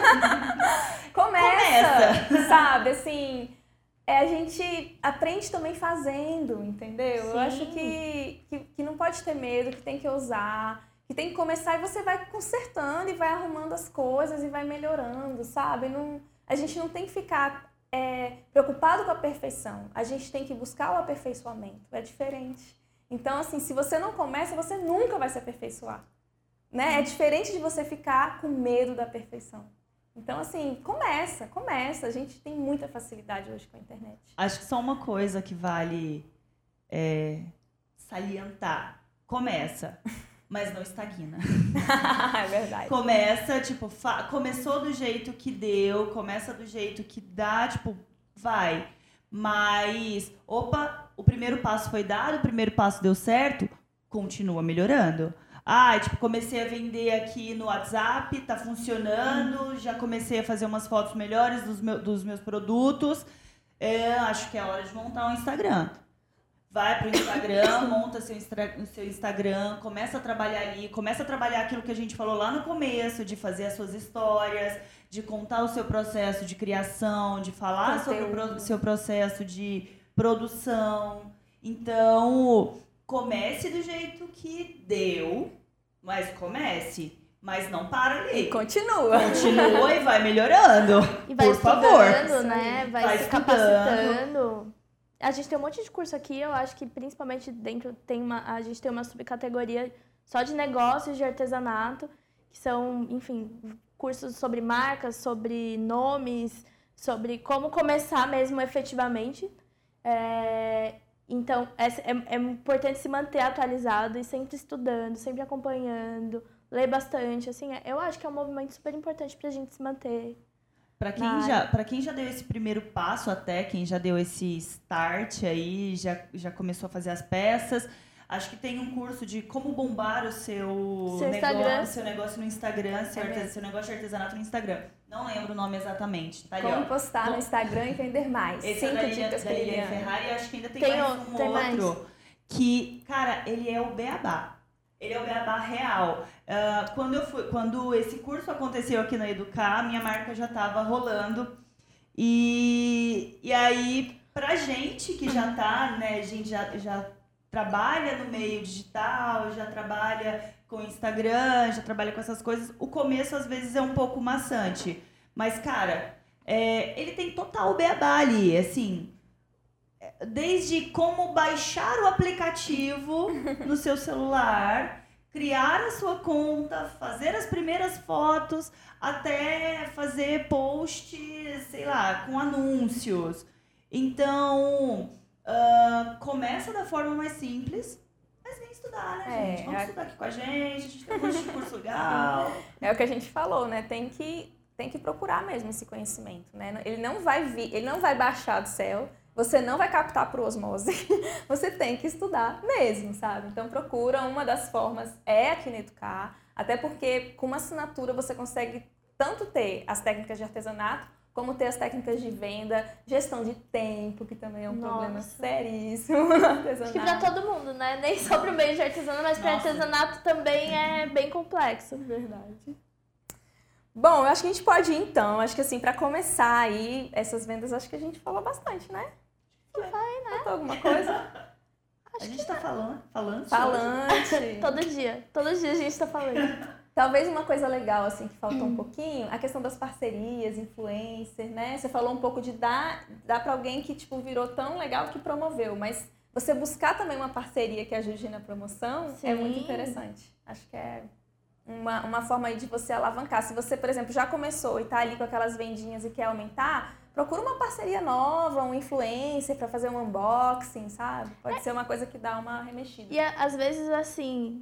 Começa, Começa. sabe? Assim, é, a gente aprende também fazendo, entendeu? Eu Sim. acho que, que, que não pode ter medo, que tem que ousar, que tem que começar e você vai consertando e vai arrumando as coisas e vai melhorando, sabe? Não, a gente não tem que ficar é, preocupado com a perfeição. A gente tem que buscar o aperfeiçoamento. É diferente. Então, assim, se você não começa, você nunca vai se aperfeiçoar. Né? É diferente de você ficar com medo da perfeição. Então, assim, começa, começa. A gente tem muita facilidade hoje com a internet. Acho que só uma coisa que vale é, salientar. Começa. mas não estagna. É verdade. Começa, tipo, fa- começou do jeito que deu, começa do jeito que dá, tipo, vai. Mas, opa, o primeiro passo foi dado, o primeiro passo deu certo, continua melhorando. Ah, tipo, comecei a vender aqui no WhatsApp, tá funcionando, já comecei a fazer umas fotos melhores dos, meu, dos meus produtos. É, acho que é hora de montar um Instagram. Vai pro Instagram, monta seu, instra- seu Instagram, começa a trabalhar ali, começa a trabalhar aquilo que a gente falou lá no começo, de fazer as suas histórias, de contar o seu processo de criação, de falar sobre o pro- seu processo de produção. Então, comece do jeito que deu, mas comece, mas não para ali. E continua. Continua e vai melhorando. E vai por estudando, favor. né? Vai, Vai se estudando. capacitando. A gente tem um monte de curso aqui, eu acho que principalmente dentro tem uma, a gente tem uma subcategoria só de negócios de artesanato, que são, enfim, cursos sobre marcas, sobre nomes, sobre como começar mesmo efetivamente. É, então, é, é, é importante se manter atualizado e sempre estudando, sempre acompanhando, ler bastante, assim, eu acho que é um movimento super importante pra gente se manter. Para quem, já, pra quem já deu esse primeiro passo até, quem já deu esse start aí, já, já começou a fazer as peças, acho que tem um curso de como bombar o seu, seu, negócio, seu negócio no Instagram, seu, É arte, seu negócio de artesanato no Instagram. Não lembro o nome exatamente. Tá ali, Como ó. postar Bom, no Instagram e vender mais. esse Cinco é da Lilian, dicas da pra Lilian Lilian. Ferrari, acho que ainda tem, Tem mais o- um tem outro. mais. Que, cara, ele é o beabá. Ele é o beabá real. Uh, quando, eu fui, quando esse curso aconteceu aqui na Educar, minha marca já estava rolando. E, e aí, pra gente que já tá, né, a gente já, já trabalha no meio digital, já trabalha com Instagram, já trabalha com essas coisas, o começo às vezes é um pouco maçante. Mas, cara, é, ele tem total beabá ali, assim, desde como baixar o aplicativo no seu celular, criar a sua conta, fazer as primeiras fotos, até fazer posts, sei lá, com anúncios. Então, uh, começa da forma mais simples, mas vem estudar, né, É, gente? Vamos é... estudar aqui com a gente, a gente tem um monte de curso legal. É o que a gente falou, né? Tem que, tem que procurar mesmo esse conhecimento, né? Ele não vai vir, ele não vai baixar do céu. Você não vai captar por osmose, você tem que estudar mesmo, sabe? Então procura, uma das formas é aqui na Educar, até porque com uma assinatura você consegue tanto ter as técnicas de artesanato, como ter as técnicas de venda, gestão de tempo, que também é um Nossa. problema seríssimo no artesanato. Acho que pra todo mundo, né? Nem só pro meio de artesanato, mas para Nossa. artesanato também é bem complexo. Verdade. Bom, eu acho que a gente pode ir então, acho que assim, para começar aí, essas vendas, acho que a gente falou bastante, né? Que vai, né? Faltou alguma coisa? A gente tá falando, falando. Falante. Todo dia. Todo dia a gente tá falando. Talvez uma coisa legal, assim, que faltou um pouquinho, a questão das parcerias, influencer, né? Você falou um pouco de dar, dar para alguém que, tipo, virou tão legal que promoveu, mas você buscar também uma parceria que ajude na promoção Sim. é muito interessante. Acho que é uma, uma forma aí de você alavancar. Se você, por exemplo, já começou e tá ali com aquelas vendinhas e quer aumentar, procura uma parceria nova, um influencer para fazer um unboxing, sabe? Pode é. ser uma coisa que dá uma remexida. E às vezes, assim,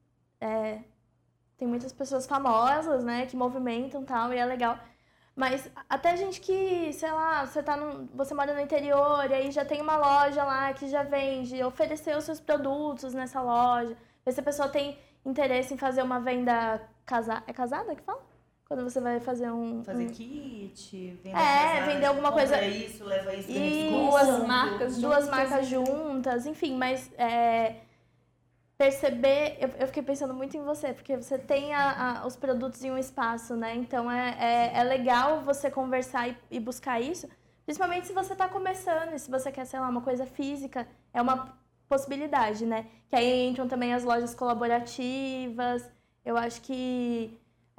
é, tem muitas pessoas famosas, né, que movimentam e tal, e é legal. Mas até gente que, sei lá, você, tá no, você mora no interior e aí já tem uma loja lá que já vende, oferecer os seus produtos nessa loja. Ver se a pessoa tem interesse em fazer uma venda casada. É casada que fala? Quando você vai fazer um... Fazer um... kit, vender É, casada, vender alguma compra coisa... isso, leva isso, isso, duas marcas Duas juntas. marcas juntas, enfim, mas... É... perceber, eu, eu fiquei pensando muito em você, porque você tem a, a, os produtos em um espaço, né? Então é, é, é legal você conversar e, e buscar isso, principalmente se você está começando, e se você quer, sei lá, uma coisa física, é uma possibilidade, né? Que aí entram também as lojas colaborativas. Eu acho que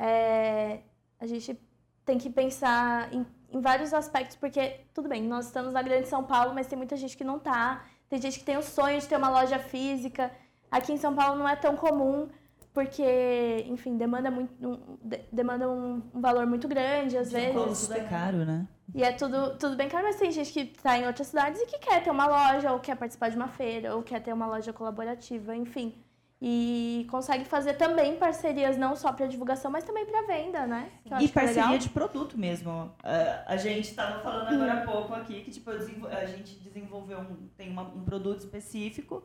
é, a gente tem que pensar em, em vários aspectos, porque, tudo bem, nós estamos na Grande São Paulo, mas tem muita gente que não tá, tem gente que tem o sonho de ter uma loja física. Aqui em São Paulo não é tão comum, porque, enfim, demanda, muito, um, de, demanda um, um valor muito grande, às São vezes. Paulo tudo é caro, né? E é tudo, tudo bem caro, mas tem gente que está em outras cidades e que quer ter uma loja, ou quer participar de uma feira, ou quer ter uma loja colaborativa, enfim. E consegue fazer também parcerias não só para divulgação, mas também para venda, né? Que eu acho E parceria legal. de produto mesmo. Uh, a gente estava falando agora há pouco aqui que tipo, a gente desenvolveu um, tem uma, um produto específico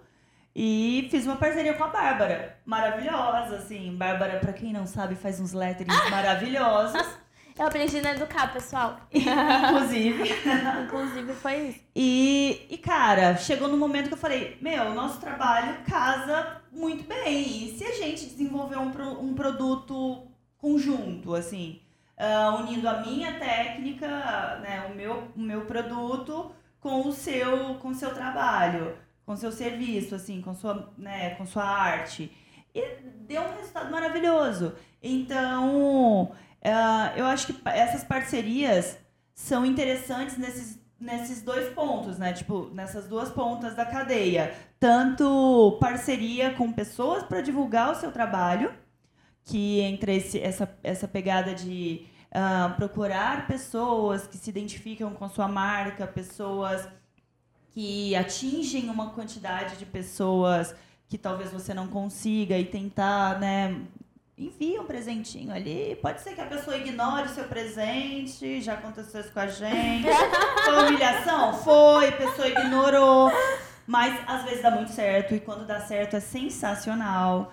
e fiz uma parceria com a Bárbara. Maravilhosa, assim. Bárbara, para quem não sabe, faz uns letterings maravilhosos. Eu aprendi na Educar, pessoal. Inclusive. Inclusive foi isso. E, e, cara, chegou no momento que eu falei, meu, o nosso trabalho casa muito bem. E se a gente desenvolver um, pro, um produto conjunto, assim, uh, unindo a minha técnica, né, o meu, o meu produto com o seu, com o seu trabalho, com o seu serviço, assim, com sua, né, com sua arte. E deu um resultado maravilhoso. Então... Uh, eu acho que essas parcerias são interessantes nesses, nesses dois pontos, né? Tipo, nessas duas pontas da cadeia. Tanto parceria com pessoas para divulgar o seu trabalho, que entra esse, essa, essa pegada de uh, procurar pessoas que se identificam com a sua marca, pessoas que atingem uma quantidade de pessoas que talvez você não consiga e tentar, né... Envia um presentinho ali. Pode ser que a pessoa ignore o seu presente. Já aconteceu isso com a gente. Foi humilhação? Foi. A pessoa ignorou. Mas, às vezes, dá muito certo. E quando dá certo, é sensacional.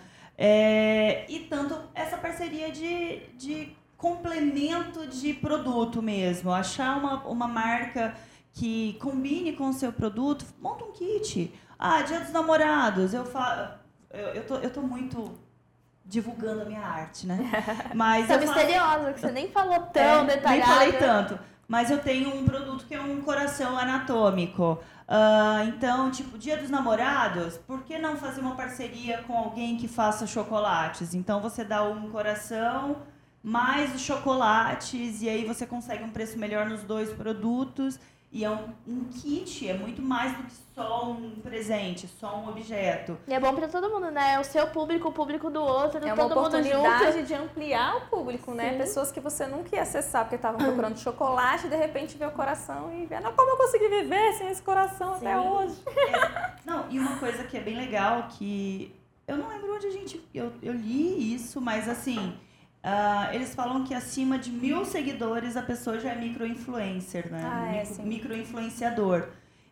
É, e tanto essa parceria de, de complemento de produto mesmo. Achar uma, uma marca que combine com o seu produto. Monta um kit. Ah, Dia dos Namorados. Eu, falo, eu, eu, tô, eu tô muito... divulgando a minha arte, né? Mas Você é eu misteriosa, faço... que você nem falou tão é, detalhada. Nem falei tanto. Mas eu tenho um produto que é um coração anatômico. Uh, então, tipo, Dia dos Namorados, por que não fazer uma parceria com alguém que faça chocolates? Então, você dá um coração mais os chocolates e aí você consegue um preço melhor nos dois produtos. E é um, um kit, é muito mais do que só um presente, só um objeto. E é bom pra todo mundo, né? É o seu público, o público do outro, é todo uma mundo oportunidade junto. de ampliar o público, né? Sim. Pessoas que você nunca ia acessar porque estavam procurando chocolate e de repente vê o coração e vê, não, como eu consegui viver sem esse coração Sim. até hoje? É, não, e uma coisa que é bem legal, que eu não lembro onde a gente... Eu, eu li isso, mas assim... Uh, eles falam que acima de mil seguidores a pessoa já é micro-influencer, né? Ah, é, Micro, micro-influenciador.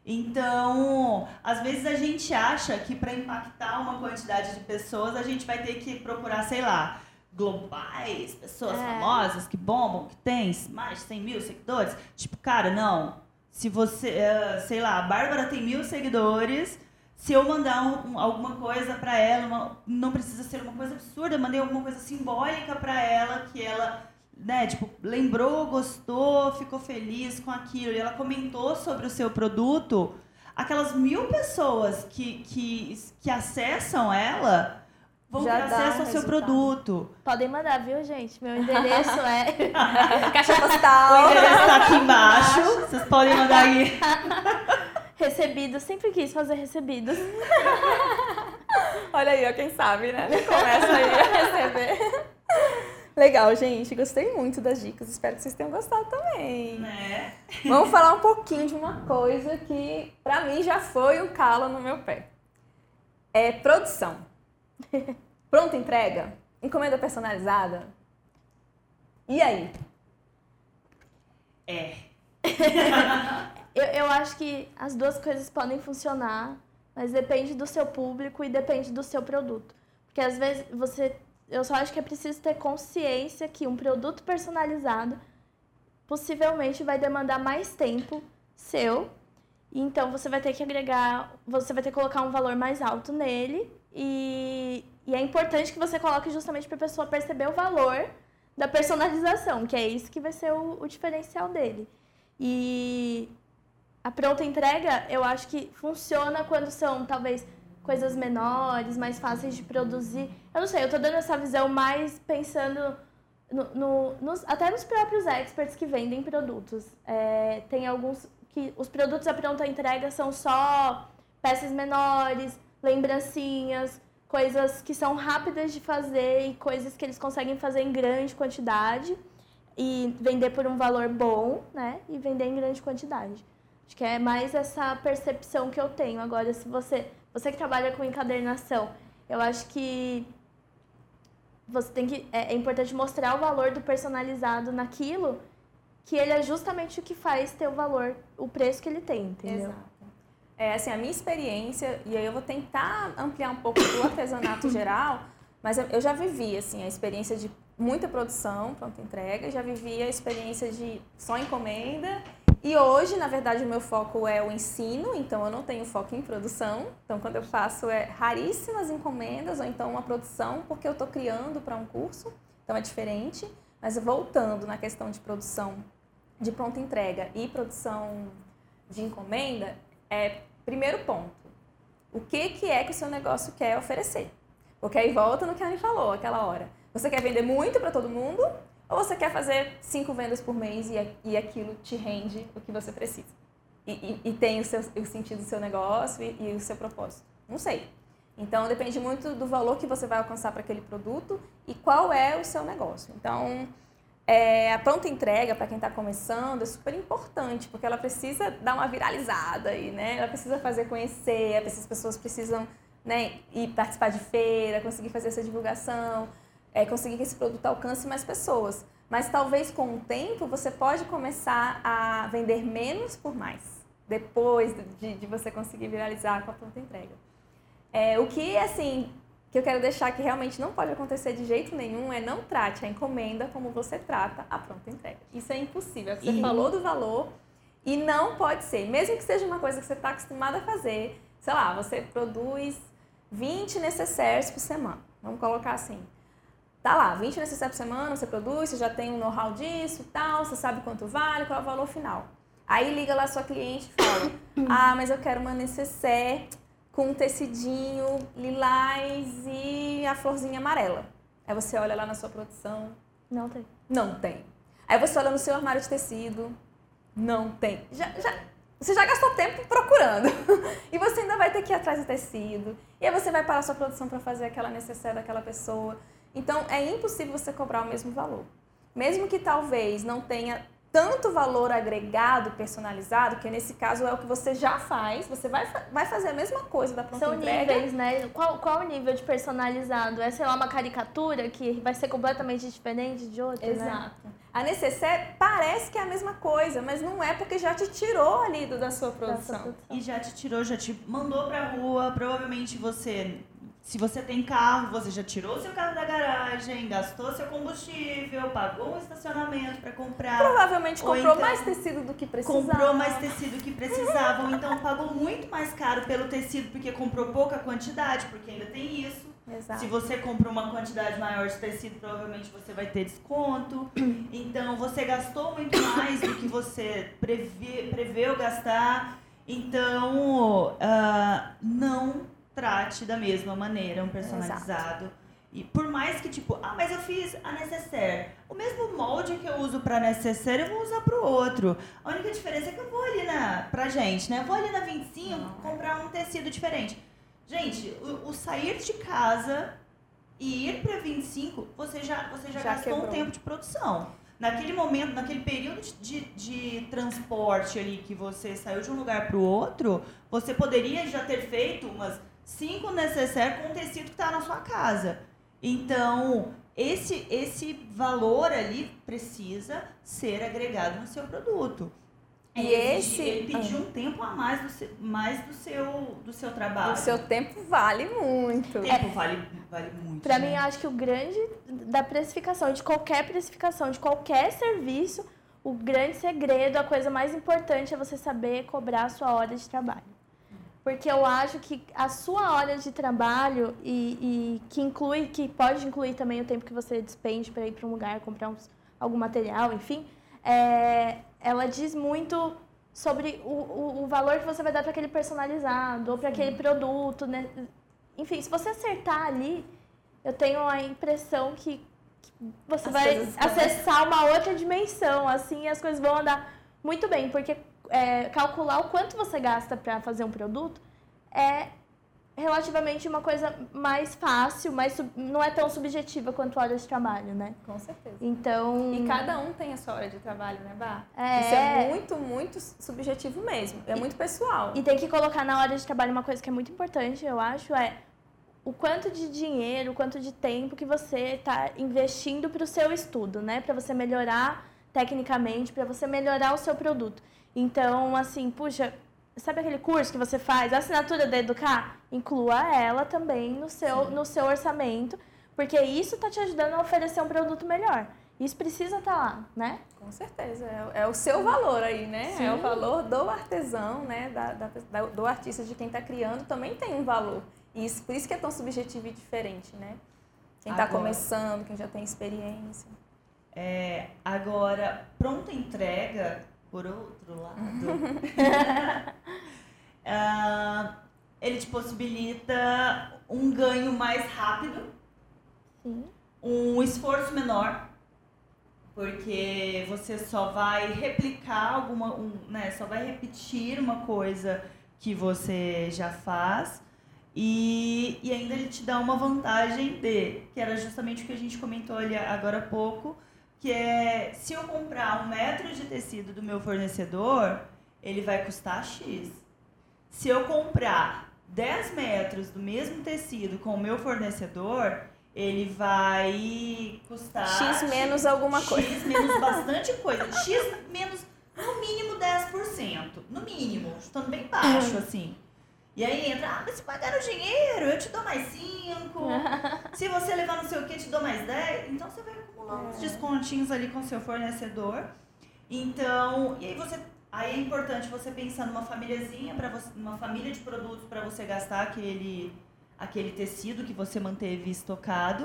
Então, às vezes a gente acha que para impactar uma quantidade de pessoas, a gente vai ter que procurar, sei lá, globais, pessoas é. famosas que bombam, que tem mais de cem mil seguidores. Tipo, cara, não. Se você, uh, sei lá, a Bárbara tem mil seguidores... Se eu mandar um, um, alguma coisa pra ela, uma, não precisa ser uma coisa absurda, eu mandei alguma coisa simbólica pra ela, que ela, né, tipo, lembrou, gostou, ficou feliz com aquilo, e ela comentou sobre o seu produto, aquelas mil pessoas que, que, que acessam ela vão Já ter dá acesso um ao seu resultado. produto. Podem mandar, viu, gente? Meu endereço é... Caixa O postal. endereço tá aqui embaixo, vocês podem mandar aí. Recebidos, sempre quis fazer recebidos. Olha aí, ó, quem sabe, né? Começa aí a receber. Legal, gente. Gostei muito das dicas. Espero que vocês tenham gostado também. Né? Vamos falar um pouquinho de uma coisa que, pra mim, já foi um calo no meu pé. É produção. Pronta entrega? Encomenda personalizada? E aí? É. Eu, eu acho que as duas coisas podem funcionar, mas depende do seu público e depende do seu produto. Porque às vezes você... Eu só acho que é preciso ter consciência que um produto personalizado possivelmente vai demandar mais tempo seu. E então você vai ter que agregar... Você vai ter que colocar um valor mais alto nele. E, e é importante que você coloque justamente para a pessoa perceber o valor da personalização, que é isso que vai ser o, o diferencial dele. E... A pronta entrega, eu acho que funciona quando são, talvez, coisas menores, mais fáceis de produzir. Eu não sei, eu tô dando essa visão mais pensando no, no, nos, até nos próprios experts que vendem produtos. É, tem alguns que os produtos à pronta entrega são só peças menores, lembrancinhas, coisas que são rápidas de fazer e coisas que eles conseguem fazer em grande quantidade e vender por um valor bom, né? E vender em grande quantidade. Acho que é mais essa percepção que eu tenho. Agora, se você, você que trabalha com encadernação Eu acho que você tem que é, é importante mostrar o valor do personalizado naquilo, que ele é justamente o que faz ter o valor, o preço que ele tem, entendeu? Exato. É, assim, a minha experiência, e aí eu vou tentar ampliar um pouco do artesanato geral, mas eu, eu já vivi, assim, a experiência de muita produção, pronta entrega, já vivi a experiência de só encomenda, e hoje, na verdade, o meu foco é o ensino, então eu não tenho foco em produção, então quando eu faço é raríssimas encomendas, ou então uma produção, porque eu estou criando para um curso, então é diferente, mas voltando na questão de produção de pronta entrega e produção de encomenda, é primeiro ponto, o que, que é que o seu negócio quer oferecer? Porque aí volta no que a Anne falou aquela hora. Você quer vender muito para todo mundo ou você quer fazer cinco vendas por mês e, e aquilo te rende o que você precisa? E, e, e tem o, seu, o sentido do seu negócio e, e o seu propósito? Não sei. Então, depende muito do valor que você vai alcançar para aquele produto e qual é o seu negócio. Então, é, a pronta entrega, para quem está começando, é super importante, porque ela precisa dar uma viralizada aí, né? Ela precisa fazer conhecer, essas pessoas precisam, né, ir participar de feira, conseguir fazer essa divulgação, é, conseguir que esse produto alcance mais pessoas. Mas talvez com o tempo você pode começar a vender menos por mais, depois de, de você conseguir viralizar com a pronta entrega. É, o que, assim, que eu quero deixar que realmente não pode acontecer de jeito nenhum é não trate a encomenda como você trata a pronta entrega. Isso é impossível. Você e... falou do valor e não pode ser. Mesmo que seja uma coisa que você está acostumado a fazer, sei lá, você produz vinte necessaires por semana. Vamos colocar assim. Tá lá, vinte necessaires por semana, você produz, você já tem um know-how disso e tal, você sabe quanto vale, qual é o valor final. Aí liga lá a sua cliente e fala, ah, mas eu quero uma necessaire com um tecidinho lilás e a florzinha amarela. Aí você olha lá na sua produção. Não tem. Não tem. Aí você olha no seu armário de tecido. Não tem. Já, já, você já gastou tempo procurando. E você ainda vai ter que ir atrás do tecido. E aí você vai parar a sua produção para fazer aquela necessaire daquela pessoa. Então, é impossível você cobrar o mesmo valor. Mesmo que talvez não tenha tanto valor agregado, personalizado, que nesse caso é o que você já faz, você vai, vai fazer a mesma coisa da pronta São entrega. níveis, né? Qual, qual o nível de personalizado? É, sei lá, uma caricatura que vai ser completamente diferente de outra, Exato. Né? A necessaire parece que é a mesma coisa, mas não é, porque já te tirou ali do, da sua produção. Da sua produção. E já te tirou, já te mandou pra rua, provavelmente você... Se você tem carro, você já tirou seu carro da garagem, gastou seu combustível, pagou um estacionamento para comprar. Provavelmente comprou então, mais tecido do que precisava. Comprou mais tecido do que precisava, ou então pagou muito mais caro pelo tecido porque comprou pouca quantidade, porque ainda tem isso. Exato. Se você comprou uma quantidade maior de tecido, provavelmente você vai ter desconto. Então, você gastou muito mais do que você prevê, preveu gastar. Então, uh, não... trate da mesma maneira um personalizado. Exato. E por mais que, tipo, ah, mas eu fiz a necessaire. O mesmo molde que eu uso pra necessaire, eu vou usar pro outro. A única diferença é que eu vou ali na... Pra gente, né? Eu vou ali na vinte e cinco Não. comprar um tecido diferente. Gente, o, o sair de casa e ir pra vinte e cinco, você já, você já, já gastou quebrou. um tempo de produção. Naquele momento, naquele período de, de transporte ali que você saiu de um lugar pro outro, você poderia já ter feito umas... cinco necessaires com o tecido que está na sua casa. Então, esse, esse valor ali precisa ser agregado no seu produto. E ele esse... Ele pediu um tempo a mais do seu, mais do seu, do seu trabalho. O seu tempo vale muito. O tempo é, vale, vale muito. Para né? mim, eu acho que o grande da precificação, de qualquer precificação, de qualquer serviço, o grande segredo, a coisa mais importante é você saber cobrar a sua hora de trabalho. Porque eu acho que a sua hora de trabalho, e, e que inclui, que pode incluir também o tempo que você despende para ir para um lugar, comprar uns, algum material, enfim, é, ela diz muito sobre o, o, o valor que você vai dar para aquele personalizado, ou para aquele produto, né? Enfim, se você acertar ali, eu tenho a impressão que, que você as vai acessar uma outra dimensão, assim, e as coisas vão andar muito bem, porque... É, calcular o quanto você gasta para fazer um produto é relativamente uma coisa mais fácil, mas não é tão subjetiva quanto a hora de trabalho, né? Com certeza. Então... E cada um tem a sua hora de trabalho, né, Bá? É... Isso é muito, muito subjetivo mesmo. É e, muito pessoal. E tem que colocar na hora de trabalho uma coisa que é muito importante, eu acho, é o quanto de dinheiro, o quanto de tempo que você está investindo para o seu estudo, né? Para você melhorar tecnicamente, para você melhorar o seu produto. Então, assim, puxa, sabe aquele curso que você faz, a assinatura da Educar? Inclua ela também no seu, no seu orçamento, porque isso está te ajudando a oferecer um produto melhor. Isso precisa estar lá, né? Com certeza. É, é o seu valor aí, né? Sim. É o valor do artesão, né? Da, da, do artista, de quem está criando, também tem um valor. E isso, por isso que é tão subjetivo e diferente, né? Quem está começando, quem já tem experiência. É, agora, pronta entrega, por outro lado, uh, ele te possibilita um ganho mais rápido, Sim. um esforço menor, porque você só vai replicar alguma, um, né, só vai repetir uma coisa que você já faz, e, e ainda ele te dá uma vantagem de, que era justamente o que a gente comentou ali agora há pouco, que é, se eu comprar um metro de tecido do meu fornecedor, ele vai custar X. Se eu comprar dez metros do mesmo tecido com o meu fornecedor, ele vai custar... X menos alguma coisa. X menos bastante coisa. X menos, no mínimo, dez por cento. No mínimo, estando bem baixo, assim. E aí entra, ah, mas se pagar o dinheiro, eu te dou mais cinco. Se você levar não sei o que, eu te dou mais dez. Então, você vai acumulando uns descontinhos ali com o seu fornecedor. Então, e aí você... Aí é importante você pensar numa famíliazinha, pra você, numa família de produtos para você gastar aquele... aquele tecido que você manteve estocado,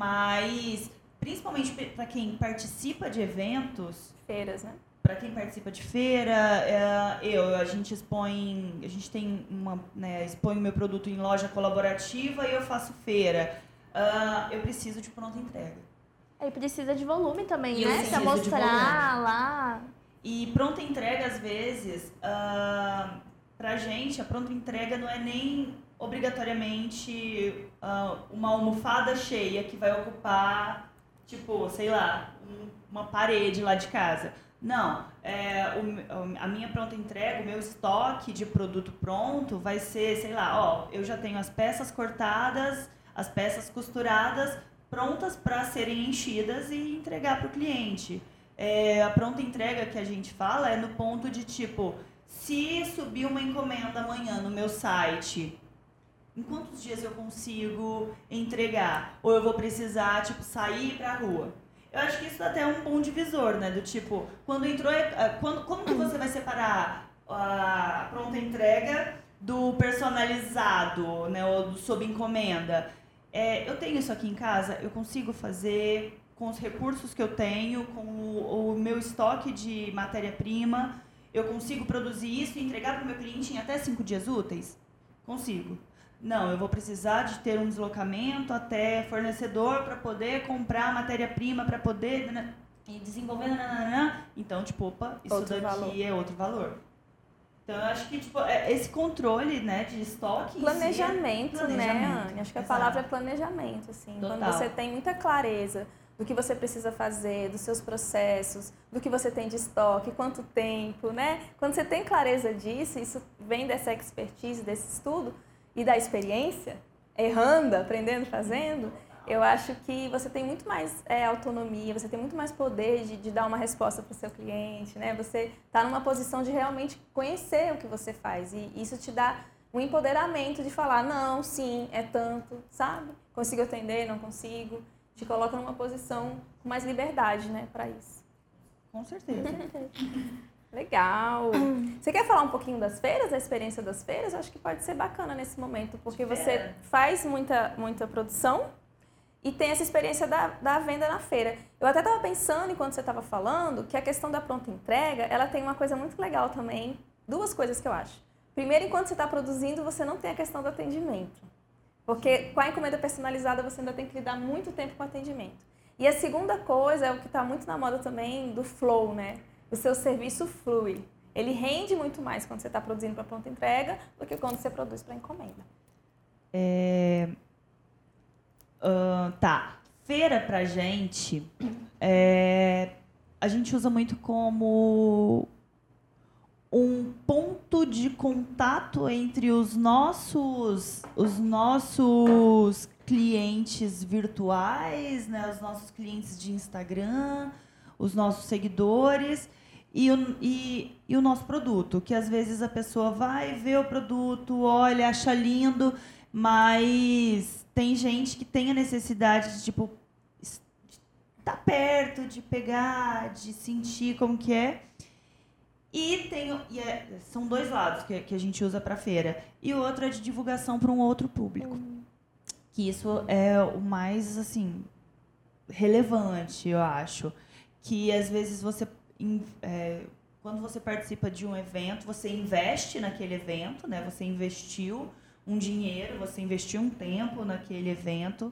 mas principalmente para quem participa de eventos, feiras, né? Para quem participa de feira, é, eu, a gente expõe, a gente tem uma, né, expõe o meu produto em loja colaborativa e eu faço feira. Uh, eu preciso de pronta entrega. E precisa de volume também, e né? Para mostrar lá. E pronta entrega, às vezes, uh, pra gente, a pronta entrega não é nem obrigatoriamente uh, uma almofada cheia que vai ocupar, tipo, sei lá, um, uma parede lá de casa. Não, é, o, a minha pronta entrega, o meu estoque de produto pronto vai ser, sei lá, ó, eu já tenho as peças cortadas, as peças costuradas, prontas para serem enchidas e entregar para o cliente. É, a pronta entrega que a gente fala é no ponto de, tipo, se subir uma encomenda amanhã no meu site, em quantos dias eu consigo entregar? Ou eu vou precisar, tipo, sair pra rua? Eu acho que isso até é um bom divisor, né? Do tipo, quando entrou... Quando, como que você vai separar a pronta entrega do personalizado, né? Ou do sob encomenda? É, eu tenho isso aqui em casa, eu consigo fazer com os recursos que eu tenho, com o, o meu estoque de matéria-prima, eu consigo produzir isso e entregar para o meu cliente em até cinco dias úteis? Consigo. Não, eu vou precisar de ter um deslocamento até fornecedor para poder comprar matéria-prima, para poder né, e desenvolver. Nananana. Então, tipo, opa, isso outro daqui valor. é outro valor. Então, eu acho que tipo, esse controle, né, de estoque... Planejamento, si é planejamento, né, Anne? Acho que a exato. palavra é planejamento, assim. Total. Quando você tem muita clareza do que você precisa fazer, dos seus processos, do que você tem de estoque, quanto tempo, né? Quando você tem clareza disso, isso vem dessa expertise, desse estudo e da experiência, errando, aprendendo, fazendo, eu acho que você tem muito mais é, autonomia, você tem muito mais poder de, de dar uma resposta para o seu cliente, né? Você está numa posição de realmente conhecer o que você faz e isso te dá um empoderamento de falar, não, sim, é tanto, sabe? Consigo atender, não consigo. Te coloca numa posição com mais liberdade, né, para isso. Com certeza. Legal. Você quer falar um pouquinho das feiras, da experiência das feiras? Eu acho que pode ser bacana nesse momento, porque você faz muita, muita produção e tem essa experiência da, da venda na feira. Eu até estava pensando, enquanto você estava falando, que a questão da pronta entrega, ela tem uma coisa muito legal também, duas coisas que eu acho. Primeiro, enquanto você está produzindo, você não tem a questão do atendimento. Porque com a encomenda personalizada você ainda tem que lidar muito tempo com o atendimento. E a segunda coisa é o que está muito na moda também do flow, né? O seu serviço flui. Ele rende muito mais quando você está produzindo para pronta entrega do que quando você produz para encomenda. É... Uh, tá. Feira pra gente, é... a gente usa muito como um ponto de contato entre os nossos, os nossos clientes virtuais, né, os nossos clientes de Instagram, os nossos seguidores e o, e, e o nosso produto, que às vezes a pessoa vai ver o produto, olha, acha lindo, mas tem gente que tem a necessidade de, tipo, estar perto, de pegar, de sentir como que é. E, tem, e é, são dois lados que, que a gente usa para feira. E o outro é de divulgação para um outro público. Uhum. Que isso é o mais, assim, relevante, eu acho. Que, às vezes, você... É, quando você participa de um evento, você investe naquele evento, né? Você investiu um dinheiro, você investiu um tempo naquele evento.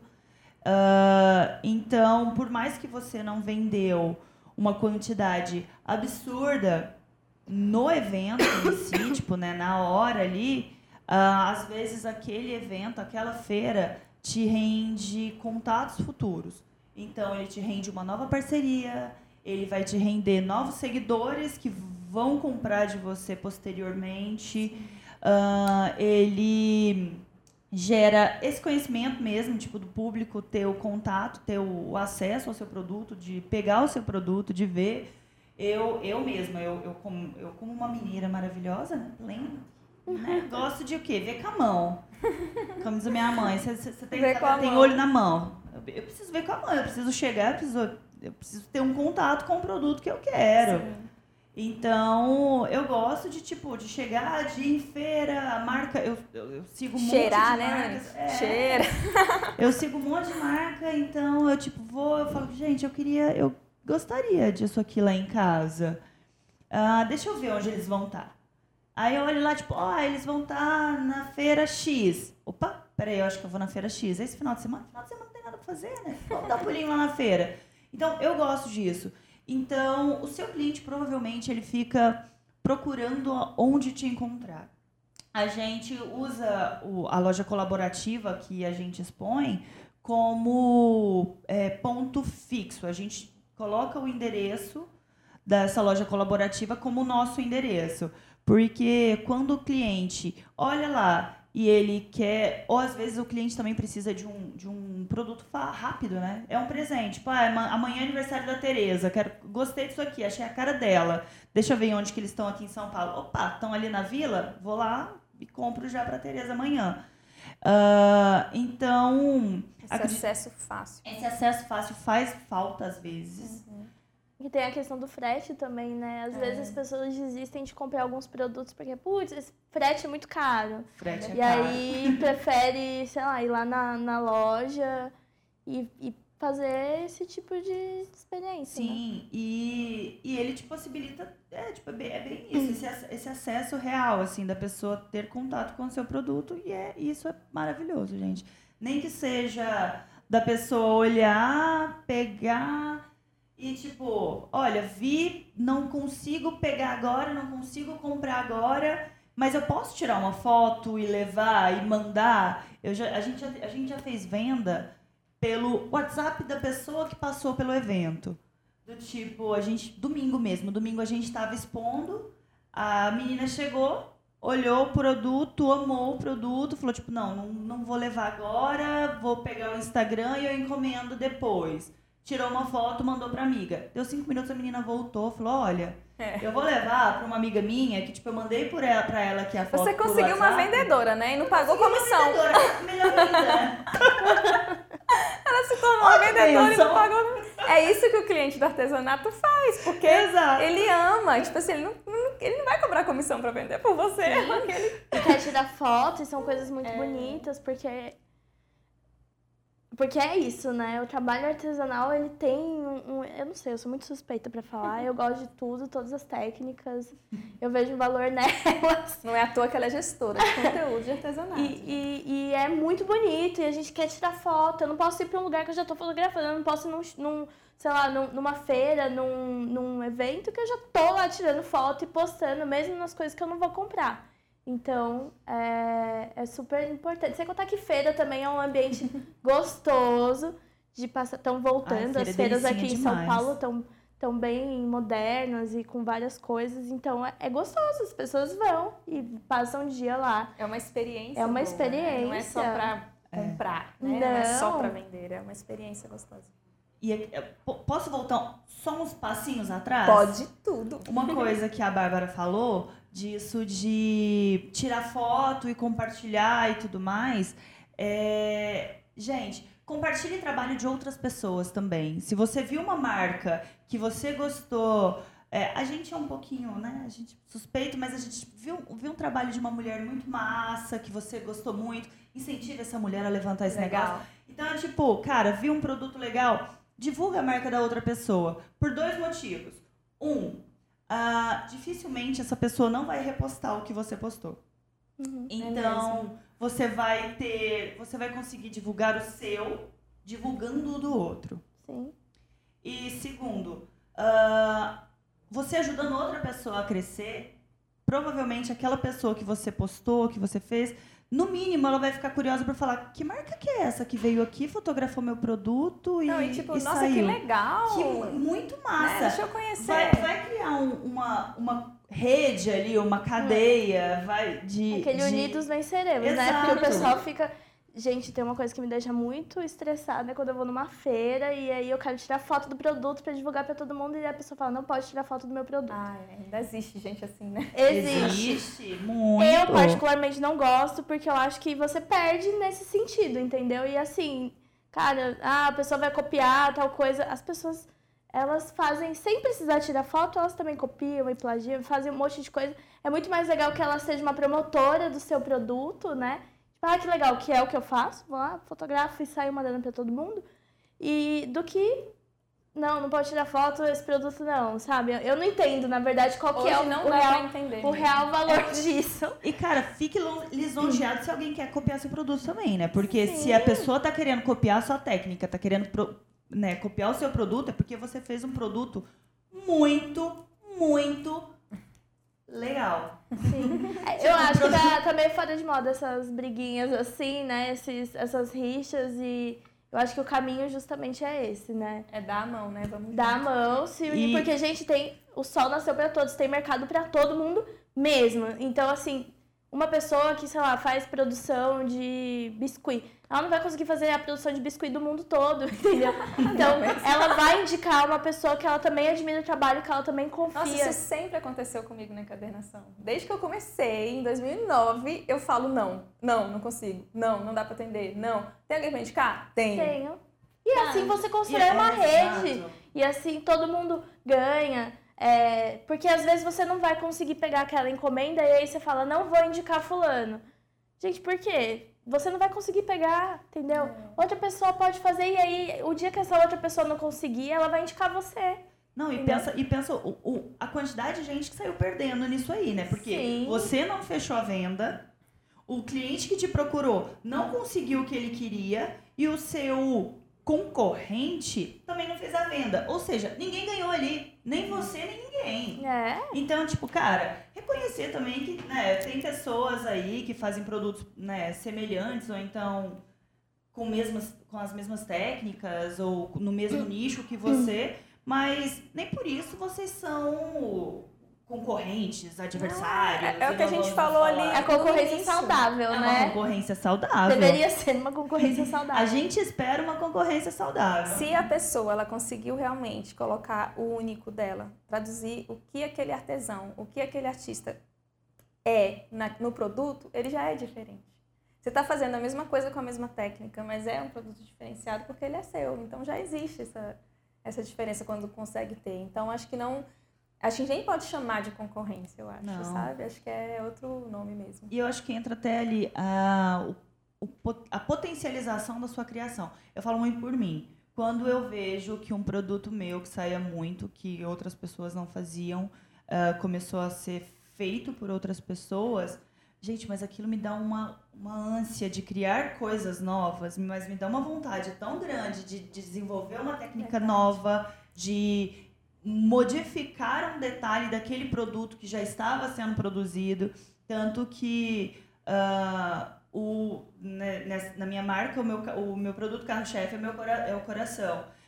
Uh, então, por mais que você não vendeu uma quantidade absurda no evento em si, tipo, né, na hora ali, uh, às vezes aquele evento, aquela feira, te rende contatos futuros. Então, ele te rende uma nova parceria, ele vai te render novos seguidores que vão comprar de você posteriormente. Uh, ele gera esse conhecimento mesmo, tipo, do público ter o contato, ter o acesso ao seu produto, de pegar o seu produto, de ver. Eu, eu mesma, eu, eu, como, eu como uma mineira maravilhosa, né, plena, né, gosto de o quê? Ver com a mão. Como diz a minha mãe, você, você tem, tem olho na mão. Eu, eu preciso ver com a mão, eu preciso chegar, eu preciso, eu preciso ter um contato com o produto que eu quero. Sim. Então, eu gosto de, tipo, de chegar, de ir em feira, a marca, eu, eu, eu sigo um Cheirar, monte de né, marcas. É, cheira. Eu sigo um monte de marca, então eu, tipo, vou, eu falo, gente, eu queria, eu gostaria disso aqui lá em casa. Ah, deixa eu ver onde eles vão estar. Aí eu olho lá, tipo, ó, oh, eles vão estar na feira X. Opa, peraí, eu acho que eu vou na feira X. Esse final de semana, final de semana não tem nada pra fazer, né? Vamos dar um pulinho lá na feira. Então, eu gosto disso. Então, o seu cliente, provavelmente, ele fica procurando onde te encontrar. A gente usa o, a loja colaborativa que a gente expõe como é, ponto fixo. A gente coloca o endereço dessa loja colaborativa como o nosso endereço. Porque quando o cliente olha lá e ele quer... Ou, às vezes, o cliente também precisa de um, de um produto rápido, né? É um presente. Tipo, ah, amanhã é aniversário da Tereza. Quero, gostei disso aqui, achei a cara dela. Deixa eu ver onde que eles estão aqui em São Paulo. Opa, estão ali na Vila? Vou lá e compro já para a Tereza amanhã. Uh, então... Esse acredito, acesso fácil. Esse acesso fácil faz falta, às vezes. Uhum. E tem a questão do frete também, né? Às é. vezes as pessoas desistem de comprar alguns produtos porque, putz, esse frete é muito caro. Frete é e caro. aí prefere, sei lá, ir lá na, na loja e, e fazer esse tipo de experiência. Sim, né? e, e ele te possibilita, é, tipo, é bem, é bem isso, esse, esse acesso real, assim, da pessoa ter contato com o seu produto, e é, isso é maravilhoso, gente. Nem que seja da pessoa olhar, pegar... E, tipo, olha, vi, não consigo pegar agora, não consigo comprar agora, mas eu posso tirar uma foto e levar e mandar. Eu já, a, gente já, a gente já fez venda pelo WhatsApp da pessoa que passou pelo evento. Do tipo, a gente, domingo mesmo, domingo a gente estava expondo, a menina chegou, olhou o produto, amou o produto, falou, tipo, não, não, não vou levar agora, vou pegar o Instagram e eu encomendo depois. Tirou uma foto, mandou pra amiga. Deu cinco minutos, a menina voltou, falou, olha, é. eu vou levar pra uma amiga minha, que tipo, eu mandei por ela, pra ela aqui a foto. Você conseguiu uma vendedora, né? E não pagou comissão. Uma vendedora, melhor ainda, né? Ela se tornou uma vendedora e não pagou. É isso que o cliente do artesanato faz, porque Exato. ele ama. Tipo assim, ele não, ele não vai cobrar comissão pra vender por você. Ele quer tirar foto e são coisas muito é. bonitas, porque... Porque é isso, né? O trabalho artesanal, ele tem um, um... Eu não sei, eu sou muito suspeita pra falar. Eu gosto de tudo, todas as técnicas. Eu vejo valor nelas. Não é à toa que ela é gestora de conteúdo de artesanato. E, e, e é muito bonito. E a gente quer tirar foto. Eu não posso ir pra um lugar que eu já tô fotografando. Eu não posso ir num, num sei lá, num, numa feira, num, num evento que eu já tô lá tirando foto e postando, mesmo nas coisas que eu não vou comprar. Então, é, é super importante. Sem contar que feira também é um ambiente gostoso de passar. Estão voltando, Ai, as feiras aqui em São Paulo estão estão bem modernas e com várias coisas. Então, é, é gostoso, as pessoas vão e passam um dia lá. É uma experiência É uma boa, experiência. Né? Não é só para comprar, né? Não. Não é só para vender, é uma experiência gostosa. E posso voltar só uns passinhos atrás? Pode tudo. Uma coisa que a Bárbara falou, disso de tirar foto e compartilhar e tudo mais. É... Gente, compartilhe trabalho de outras pessoas também. Se você viu uma marca que você gostou... É, a gente é um pouquinho, né? A gente suspeito, mas a gente viu, viu um trabalho de uma mulher muito massa, que você gostou muito. Incentiva essa mulher a levantar esse legal. negócio. Então, é tipo, cara, viu um produto legal... Divulga a marca da outra pessoa. Por dois motivos. Um, uh, dificilmente essa pessoa não vai repostar o que você postou. Uhum, então, é você vai ter. Você vai conseguir divulgar o seu, divulgando o do outro. Sim. E segundo, uh, você ajudando outra pessoa a crescer, provavelmente aquela pessoa que você postou, que você fez. No mínimo, ela vai ficar curiosa por falar que marca que é essa que veio aqui, fotografou meu produto e, Não, e tipo, e nossa, saiu. que legal! Que, muito massa! Né? Deixa eu conhecer. Vai, vai criar um, uma, uma rede ali, uma cadeia, hum. vai de... Aquele de... unidos venceremos, Exato. Né? Porque o pessoal fica... Gente, tem uma coisa que me deixa muito estressada é quando eu vou numa feira e aí eu quero tirar foto do produto pra divulgar pra todo mundo e a pessoa fala, não pode tirar foto do meu produto. Ah, ainda existe gente assim, né? Existe. Existe, muito. Eu particularmente não gosto porque eu acho que você perde nesse sentido, entendeu? E assim, cara, ah, a pessoa vai copiar tal coisa, as pessoas, elas fazem, sem precisar tirar foto, elas também copiam e plagiam, fazem um monte de coisa. É muito mais legal que ela seja uma promotora do seu produto, né? Ah, que legal, que é o que eu faço, vou lá, fotografo e saio mandando pra todo mundo. E do que, não, não pode tirar foto, esse produto não, sabe? Eu não entendo, na verdade, qual que Hoje é o, não o, dá real, pra entender o real valor disso. E, cara, fique lisonjeado se alguém quer copiar seu produto também, né? Porque Sim. se a pessoa tá querendo copiar a sua técnica, tá querendo pro, né, copiar o seu produto, é porque você fez um produto muito, muito legal. Sim. Eu acho que tá, tá meio fora de moda essas briguinhas assim, né? Esses, essas rixas e eu acho que o caminho justamente é esse, né? É dar a mão, né? Vamos dar a mão, se unir, e... porque a gente tem... O sol nasceu pra todos, tem mercado pra todo mundo mesmo. Então, assim, uma pessoa que, sei lá, faz produção de biscuit, ela não vai conseguir fazer a produção de biscuit do mundo todo, entendeu? Então, ela vai indicar uma pessoa que ela também admira o trabalho, que ela também confia. Nossa, isso sempre aconteceu comigo na encadernação. Desde que eu comecei, em dois mil e nove, eu falo não. Não, não consigo. Não, não dá pra atender. Não. Tem alguém pra indicar? Tenho. Tenho. E Ah, assim você constrói é, uma rede. exato. E assim todo mundo ganha. É, porque às vezes você não vai conseguir pegar aquela encomenda e aí você fala, não vou indicar fulano. Gente, por quê? Você não vai conseguir pegar, entendeu? É. Outra pessoa pode fazer e aí o dia que essa outra pessoa não conseguir, ela vai indicar você. Não, e entendeu? pensa, e pensa o, o, a quantidade de gente que saiu perdendo nisso aí, né? Porque Sim. você não fechou a venda, o cliente que te procurou não conseguiu o que ele queria e o seu concorrente também não fez a venda. Ou seja, ninguém ganhou ali. Nem você, nem ninguém. É. Então, tipo, cara, reconhecer também que, né, tem pessoas aí que fazem produtos, né, semelhantes ou então com, mesmas, com as mesmas técnicas ou no mesmo nicho que você, mas nem por isso vocês são concorrentes, adversários. É, é o que a gente falou ali. É a concorrência saudável, é né? uma concorrência saudável. Deveria ser uma concorrência saudável. A gente espera uma concorrência saudável. Se a pessoa ela conseguiu realmente colocar o único dela, traduzir o que aquele artesão, o que aquele artista é na, no produto, ele já é diferente. Você está fazendo a mesma coisa com a mesma técnica, mas é um produto diferenciado porque ele é seu. Então já existe essa, essa diferença quando consegue ter. Então acho que não... Acho que nem pode chamar de concorrência, eu acho, Não. sabe? Acho que é outro nome mesmo. E eu acho que entra até ali a, o, a potencialização da sua criação. Eu falo muito por mim. Quando eu vejo que um produto meu que saía muito, que outras pessoas não faziam, uh, começou a ser feito por outras pessoas, gente, mas aquilo me dá uma, uma ânsia de criar coisas novas, mas me dá uma vontade tão grande de, de desenvolver uma técnica Verdade. nova, de modificar um detalhe daquele produto que já estava sendo produzido, tanto que uh, o, né, nessa, na minha marca o meu, o meu produto carro-chefe é, meu, é o coração,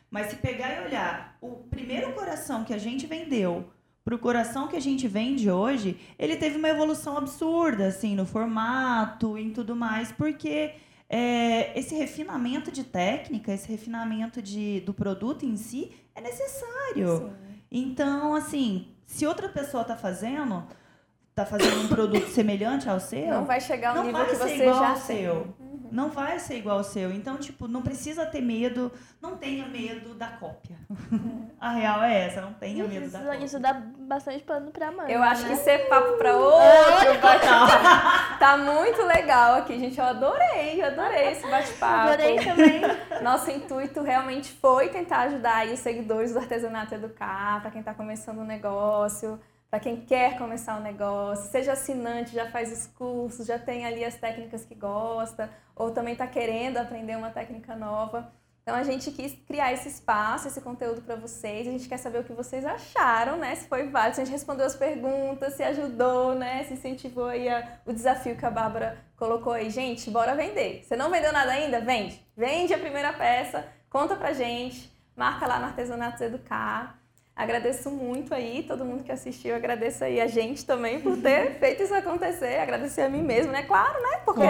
Mas se pegar e olhar o primeiro coração que a gente vendeu pro coração que a gente vende hoje, ele teve uma evolução absurda, assim, no formato e em tudo mais, porque é, esse refinamento de técnica, esse refinamento de, do produto em si é necessário. Sim. Então, assim, se outra pessoa está fazendo, tá fazendo um produto semelhante ao seu, não vai chegar ao nível que você já seu. Uhum. Não vai ser igual ao seu. Então, tipo, não precisa ter medo, não tenha medo da cópia. A real é essa, não tenha medo isso, da cópia. Isso dá bastante pano pra manga. Eu acho né? que isso é papo pra outro bate-papo. Tá muito legal aqui, gente. Eu adorei, eu adorei esse bate-papo. Adorei também. Nosso intuito realmente foi tentar ajudar aí os seguidores do Artesanato Educar, pra quem tá começando um negócio, para quem quer começar um negócio, seja assinante, já faz os cursos, já tem ali as técnicas que gosta, ou também está querendo aprender uma técnica nova. Então a gente quis criar esse espaço, esse conteúdo para vocês, a gente quer saber o que vocês acharam, né? Se foi válido, se a gente respondeu as perguntas, se ajudou, né? Se incentivou aí a, o desafio que a Bárbara colocou aí. Gente, bora vender. Você não vendeu nada ainda? Vende. Vende a primeira peça, conta pra gente, marca lá no Artesanatos Educar. Agradeço muito aí, todo mundo que assistiu, agradeço aí a gente também por ter feito isso acontecer, agradecer a mim mesmo, né? Claro, né? Por que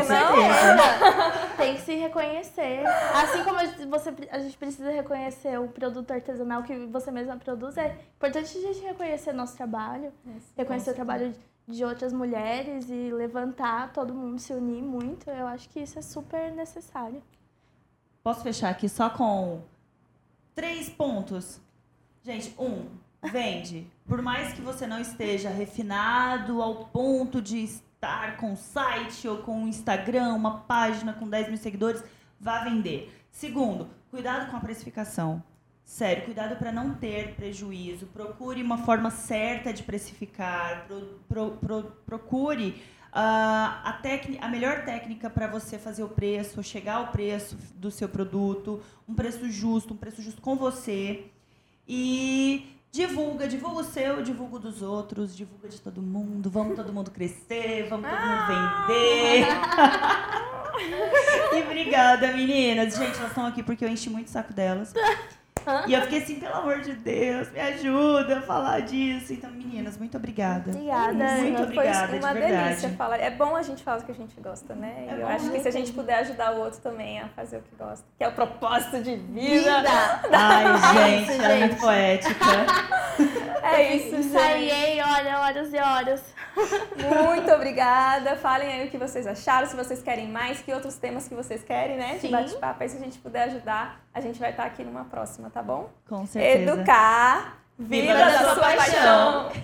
não? Tem que se reconhecer. Assim como você, a gente precisa reconhecer o produto artesanal que você mesma produz, é importante a gente reconhecer nosso trabalho, isso, reconhecer o trabalho de outras mulheres e levantar, todo mundo se unir muito. Eu acho que isso é super necessário. Posso fechar aqui só com três pontos? Gente, um, vende. Por mais que você não esteja refinado ao ponto de estar com site ou com um Instagram, uma página com dez mil seguidores, vá vender. Segundo, cuidado com a precificação. Sério, cuidado para não ter prejuízo. Procure uma forma certa de precificar. Pro, pro, pro, procure uh, a, tec- a melhor técnica para você fazer o preço, chegar ao preço do seu produto, um preço justo, um preço justo com você. E divulga, divulga o seu, divulga o dos outros, divulga de todo mundo, vamos todo mundo crescer, vamos todo mundo vender. E obrigada, meninas. Gente, elas estão aqui porque eu enchi muito o saco delas. E eu fiquei assim, pelo amor de Deus, me ajuda a falar disso. Então, meninas, muito obrigada. Obrigada. Muito obrigada, Foi uma de verdade. delícia falar. É bom a gente falar o que a gente gosta, né? É E eu bom, acho que né? se a gente puder ajudar o outro também a fazer o que gosta, que é o propósito de vida. Vida. Ai, gente, isso, ela é gente. muito poética. É isso, gente. Ensaiei, olha, horas e horas. Muito obrigada. Falem aí o que vocês acharam, se vocês querem mais, que outros temas que vocês querem, né? De Sim. bate-papo. Aí se a gente puder ajudar, a gente vai estar aqui numa próxima, tá bom? Com certeza. Educar, Viva viva da da sua sua paixão. paixão.